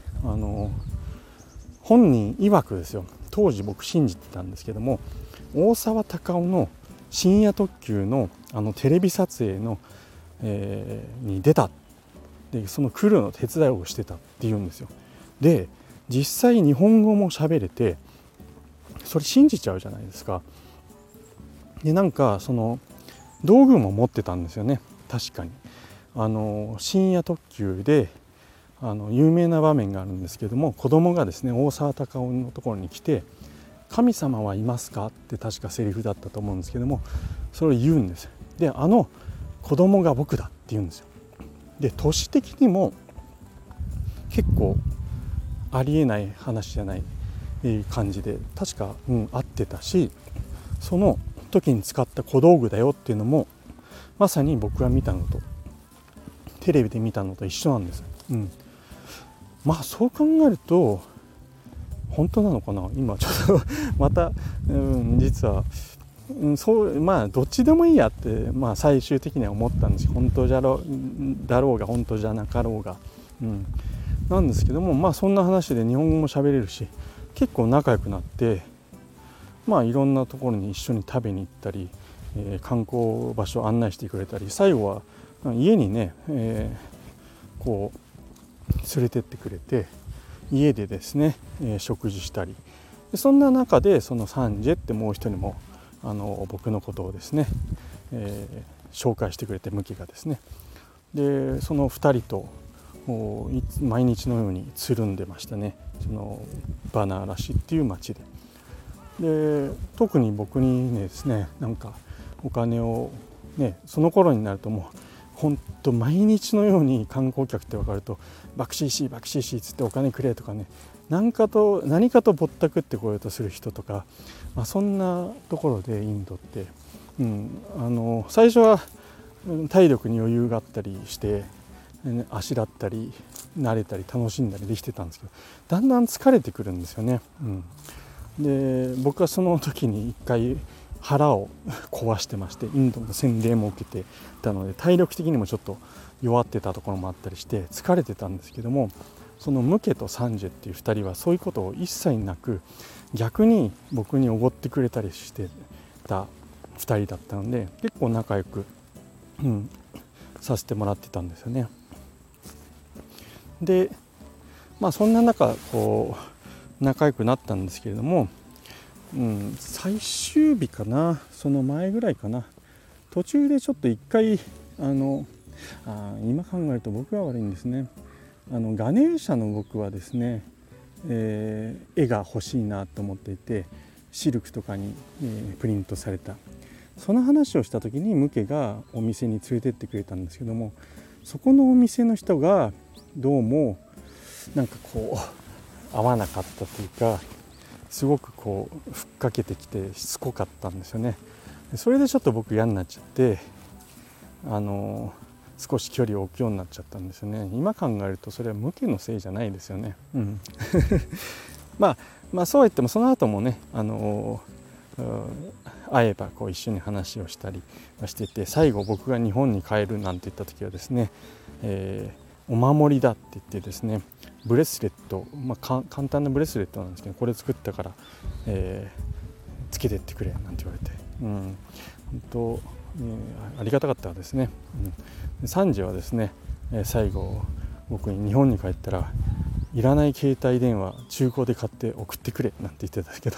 本人曰くですよ、当時僕信じてたんですけども、大沢たかおの深夜特急のテレビ撮影の、に出た。でそのクルーの手伝いをしてたっていうんですよ。で実際日本語も喋れて、それ信じちゃうじゃないですか。でなんかその道具も持ってたんですよね。確かに深夜特急で有名な場面があるんですけども、子供がですね大沢たかおのところに来て、神様はいますかって確かセリフだったと思うんですけども、それを言うんです。で子供が僕だって言うんですよ。で年的にも結構ありえない話じゃない感じで確か、合ってたし、その時に使った小道具だよっていうのもまさに僕が見たのとテレビで見たのと一緒なんです。そう考えると本当なのかな。今ちょっとまた、実は、そうどっちでもいいやって、最終的には思ったんですよ。本当だろうが本当じゃなかろうが、なんですけども、そんな話で日本語も喋れるし、結構仲良くなって、いろんなところに一緒に食べに行ったり、観光場所を案内してくれたり、最後は家にね、こう連れてってくれて、家でですね、食事したり、そんな中でそのサンジェってもう一人も僕のことをですね、紹介してくれて、ムキがですね。でその2人と毎日のようにつるんでましたね、そのバナーラシっていう町で。で特に僕にですね、なんかお金をね、その頃になるともう本当毎日のように観光客って分かるとバクシーシーバクシーシーつってお金くれとかね、何かとぼったくってこようとする人とか、そんなところでインドって、最初は体力に余裕があったりしてあしらったり慣れたり楽しんだりできてたんですけど、だんだん疲れてくるんですよね。で僕はその時に一回腹を壊してまして、インドの洗礼も受けてたので体力的にもちょっと弱ってたところもあったりして疲れてたんですけども、そのムケとサンジェっていう2人はそういうことを一切なく、逆に僕におごってくれたりしてた2人だったので、結構仲良く、させてもらってたんですよね。でそんな中こう仲良くなったんですけれども、 最終日かな、その前ぐらいかな、途中でちょっと一回今考えると僕が悪いんですね。ガネーシャの僕はですね、絵が欲しいなと思っていて、シルクとかに、プリントされた、その話をした時にムケがお店に連れてってくれたんですけども、そこのお店の人がどうもなんかこう合わなかったというか、すごくこうふっかけてきてしつこかったんですよね。それでちょっと僕嫌になっちゃって、少し距離を置くようになっちゃったんですよね。今考えるとそれはムケのせいじゃないですよね。まあそうは言ってもその後もね、会えばこう一緒に話をしたりしてて、最後僕が日本に帰るなんて言った時はですね、お守りだって言ってですね、ブレスレット、簡単なブレスレットなんですけど、これ作ったから、つけてってくれなんて言われて、本当、ありがたかったですね。サンジはですね、最後僕に日本に帰ったらいらない携帯電話中古で買って送ってくれなんて言ってたんですけど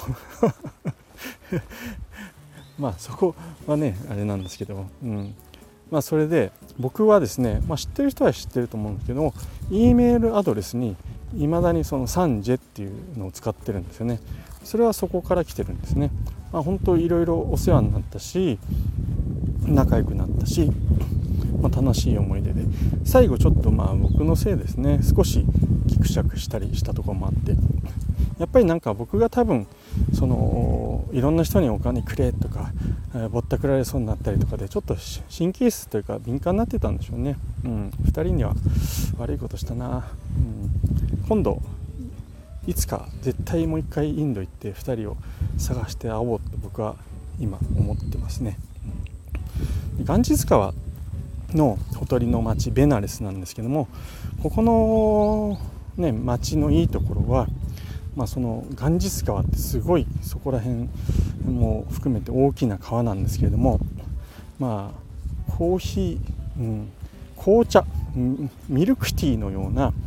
そこはねあれなんですけど、それで僕はですね、知ってる人は知ってると思うんですけど、 E メールアドレスにいまだにそのサンジェっていうのを使ってるんですよね。それはそこから来てるんですね。本当いろいろお世話になったし、仲良くなったし、楽しい思い出で、最後ちょっと僕のせいですね、少しギクシャクしたりしたところもあって、やっぱりなんか僕が多分いろんな人にお金くれとか、ぼったくられそうになったりとかでちょっと神経質というか敏感になってたんでしょうね。2人には悪いことしたな。今度いつか絶対もう一回インド行って2人を探して会おうと僕は今思ってますね。ガンジス川のほとりの町ベナレスなんですけども、ここのね町のいいところは、そのガンジス川ってすごいそこら辺も含めて大きな川なんですけれども、コーヒー、紅茶、ミルクティーのような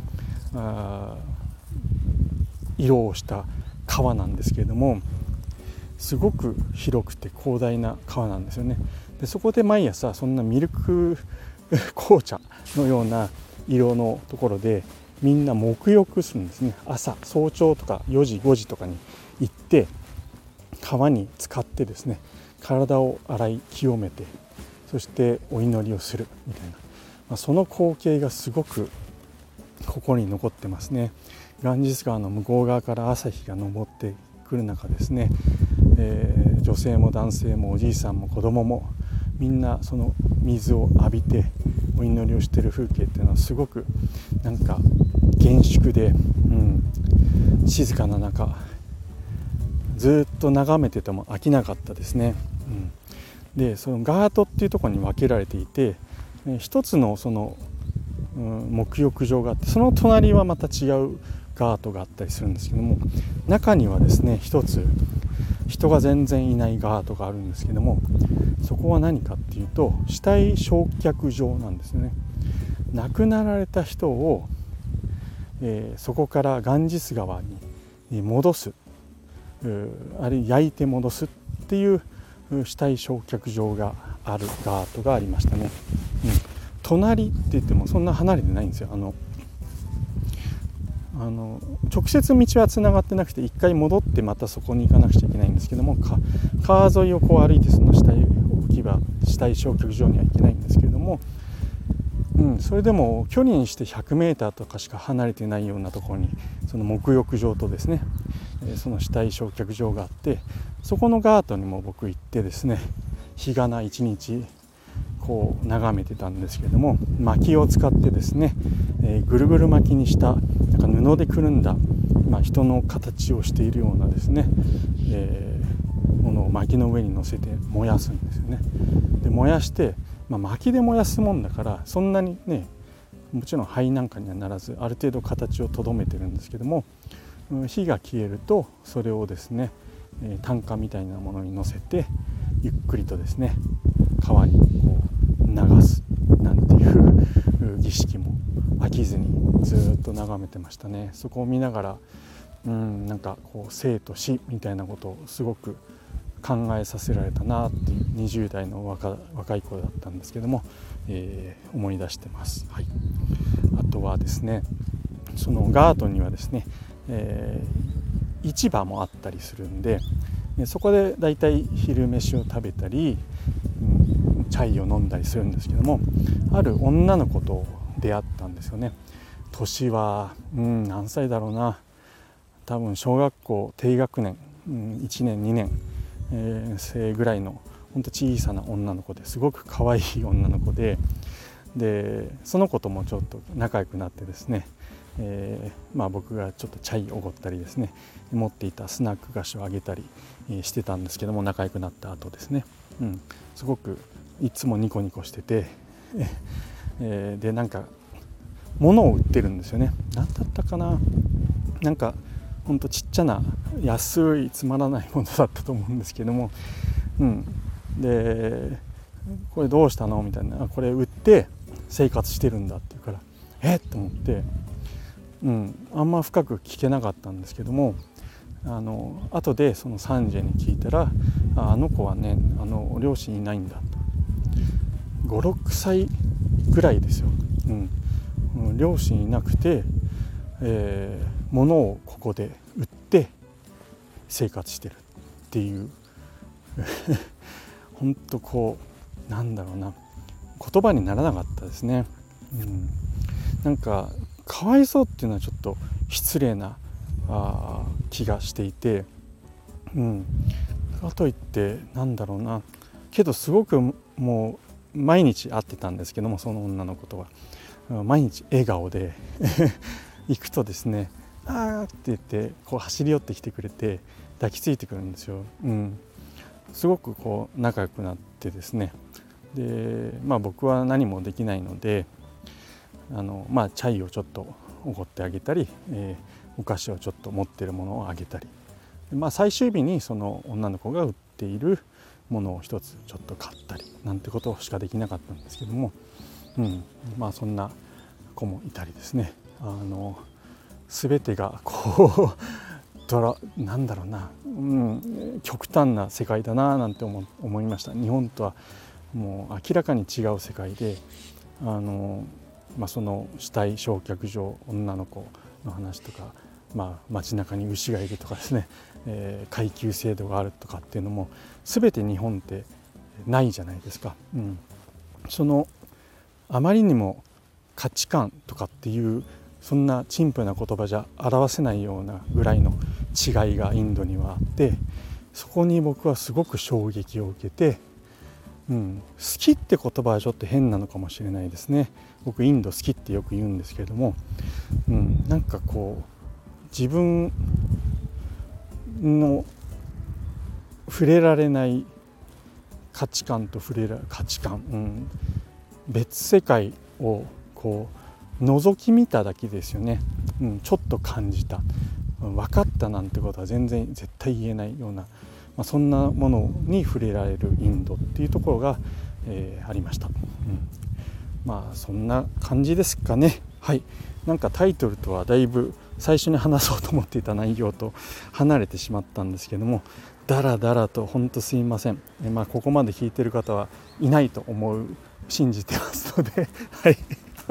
色をした川なんですけれども、すごく広くて広大な川なんですよね。でそこで毎朝そんなミルク紅茶のような色のところでみんな沐浴するんですね。早朝とか4時5時とかに行って川に浸かってですね、体を洗い清めて、そしてお祈りをするみたいな、その光景がすごく心に残ってますね。ガンジス川の向こう側から朝日が昇ってくる中ですね、女性も男性もおじいさんも子供もみんなその水を浴びてお祈りをしている風景っていうのはすごくなんか厳粛で、静かな中ずっと眺めてても飽きなかったですね。でそのガートっていうところに分けられていて、一つのその、沐浴場があって、その隣はまた違うガートがあったりするんですけども、中にはですね一つ人が全然いないガートがあるんですけども、そこは何かっていうと死体焼却場なんですね。亡くなられた人を、そこからガンジス川に戻す、あるいは焼いて戻すっていう死体焼却場があるガートがありましたね。隣って言ってもそんな離れてないんですよ。直接道はつながってなくて、一回戻ってまたそこに行かなくちゃいけないんですけども、川沿いをこう歩いてその死体焼却場には行けないんですけれども、それでも距離にして100メーターとかしか離れてないようなところにその沐浴場とですね、その死体焼却場があって、そこのガートにも僕行ってですね、日がな一日こう眺めてたんですけれども、薪を使ってですね、ぐるぐる巻きにしたなんか布でくるんだ、人の形をしているようなですね、ものを薪の上に乗せて燃やすんですよね。で燃やして、薪で燃やすもんだからそんなにね、もちろん灰なんかにはならずある程度形をとどめてるんですけども、火が消えるとそれをですね、炭火みたいなものに乗せてゆっくりとですね川にこう流すなんていう儀式も飽きずにずっと眺めてましたね。そこを見ながらなんかこう生と死みたいなことをすごく考えさせられたなっていう20代の若い頃だったんですけども、思い出してます。はい、あとはですね、そのガートにはですね、市場もあったりするんで、そこでだいたい昼飯を食べたり、チャイを飲んだりするんですけども、ある女の子と出会ったんですよね。年は、何歳だろうな、多分小学校低学年、1年2年、生ぐらいのほんと小さな女の子ですごく可愛い女の子で、その子ともちょっと仲良くなってですね、僕がちょっとチャイおごったりですね、持っていたスナック菓子をあげたりしてたんですけども、仲良くなった後ですね、すごくいつもニコニコしてて、でなんか物を売ってるんですよね。何だったかな、なんかほんとちっちゃな安いつまらないものだったと思うんですけども、でこれどうしたのみたいな、これ売って生活してるんだって言うからと思って、あんま深く聞けなかったんですけども、後でそのサンジェに聞いたら、あの子はね、両親いないんだと、5、6歳ぐらいですよ、両親いなくて、物をここで売って生活してるっていう本当こうなんだろうな、言葉にならなかったですね。なんかかわいそうっていうのはちょっと失礼な気がしていて、かといってなんだろうな、けどすごくもう毎日会ってたんですけども、その女の子とは毎日笑顔で行くとですね、あーって言ってこう走り寄ってきてくれて抱きついてくるんですよ。すごくこう仲良くなってですね、で僕は何もできないので、チャイをちょっとおごってあげたり、お菓子をちょっと持ってるものをあげたり、最終日にその女の子が売っているものを一つちょっと買ったりなんてことしかできなかったんですけども、そんな子もいたりですね、全てがこうなんだろうな、極端な世界だななんて思いました。日本とはもう明らかに違う世界で、その死体焼却場、女の子の話とか、街中に牛がいるとかですね、階級制度があるとかっていうのも全て日本ってないじゃないですか。そのあまりにも価値観とかっていうそんな陳腐な言葉じゃ表せないようなぐらいの違いがインドにはあって、そこに僕はすごく衝撃を受けて、好きって言葉はちょっと変なのかもしれないですね。僕インド好きってよく言うんですけれども、なんかこう自分の触れられない価値観と別世界をこう覗き見ただけですよね。ちょっと感じた、分かったなんてことは絶対言えないような、そんなものに触れられるインドっていうところが、ありました。そんな感じですかね。はい、なんかタイトルとはだいぶ最初に話そうと思っていた内容と離れてしまったんですけども、だらだらと本当すいません。ここまで聞いてる方はいないと信じてますのではい、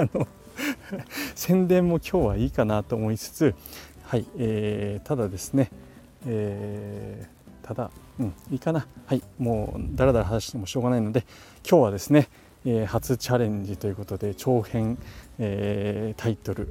宣伝も今日はいいかなと思いつつ、はい、ただですね、いいかな。はい、もうだらだら話してもしょうがないので、今日はですね、初チャレンジということで長編タイトル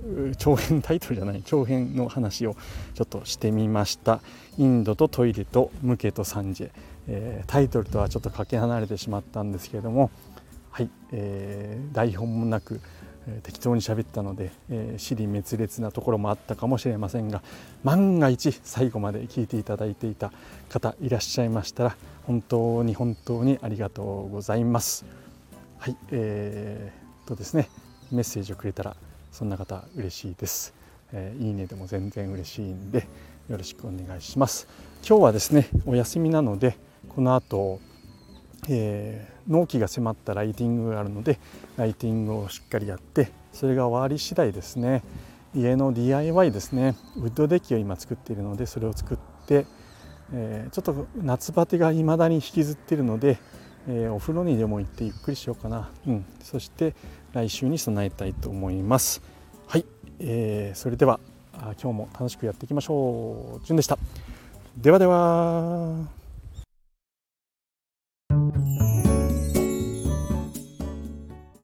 の話をちょっとしてみました。インドとトイレとムケとサンジェ、タイトルとはちょっとかけ離れてしまったんですけれども、はい、台本もなく適当に喋ったので、支離滅裂なところもあったかもしれませんが、万が一最後まで聞いていただいていた方いらっしゃいましたら本当にありがとうございます。はい、ですね、メッセージをくれたらそんな方嬉しいです。いいねでも全然嬉しいんでよろしくお願いします。今日はですねお休みなので、この後、納期が迫ったライティングがあるのでライティングをしっかりやって、それが終わり次第ですね、 家の DIY ですね、ウッドデッキを今作っているので、それを作って、ちょっと夏バテが未だに引きずっているので、お風呂にでも行ってゆっくりしようかな、そして来週に備えたいと思います。はい、それでは今日も楽しくやっていきましょう。じゅんでした。ではでは。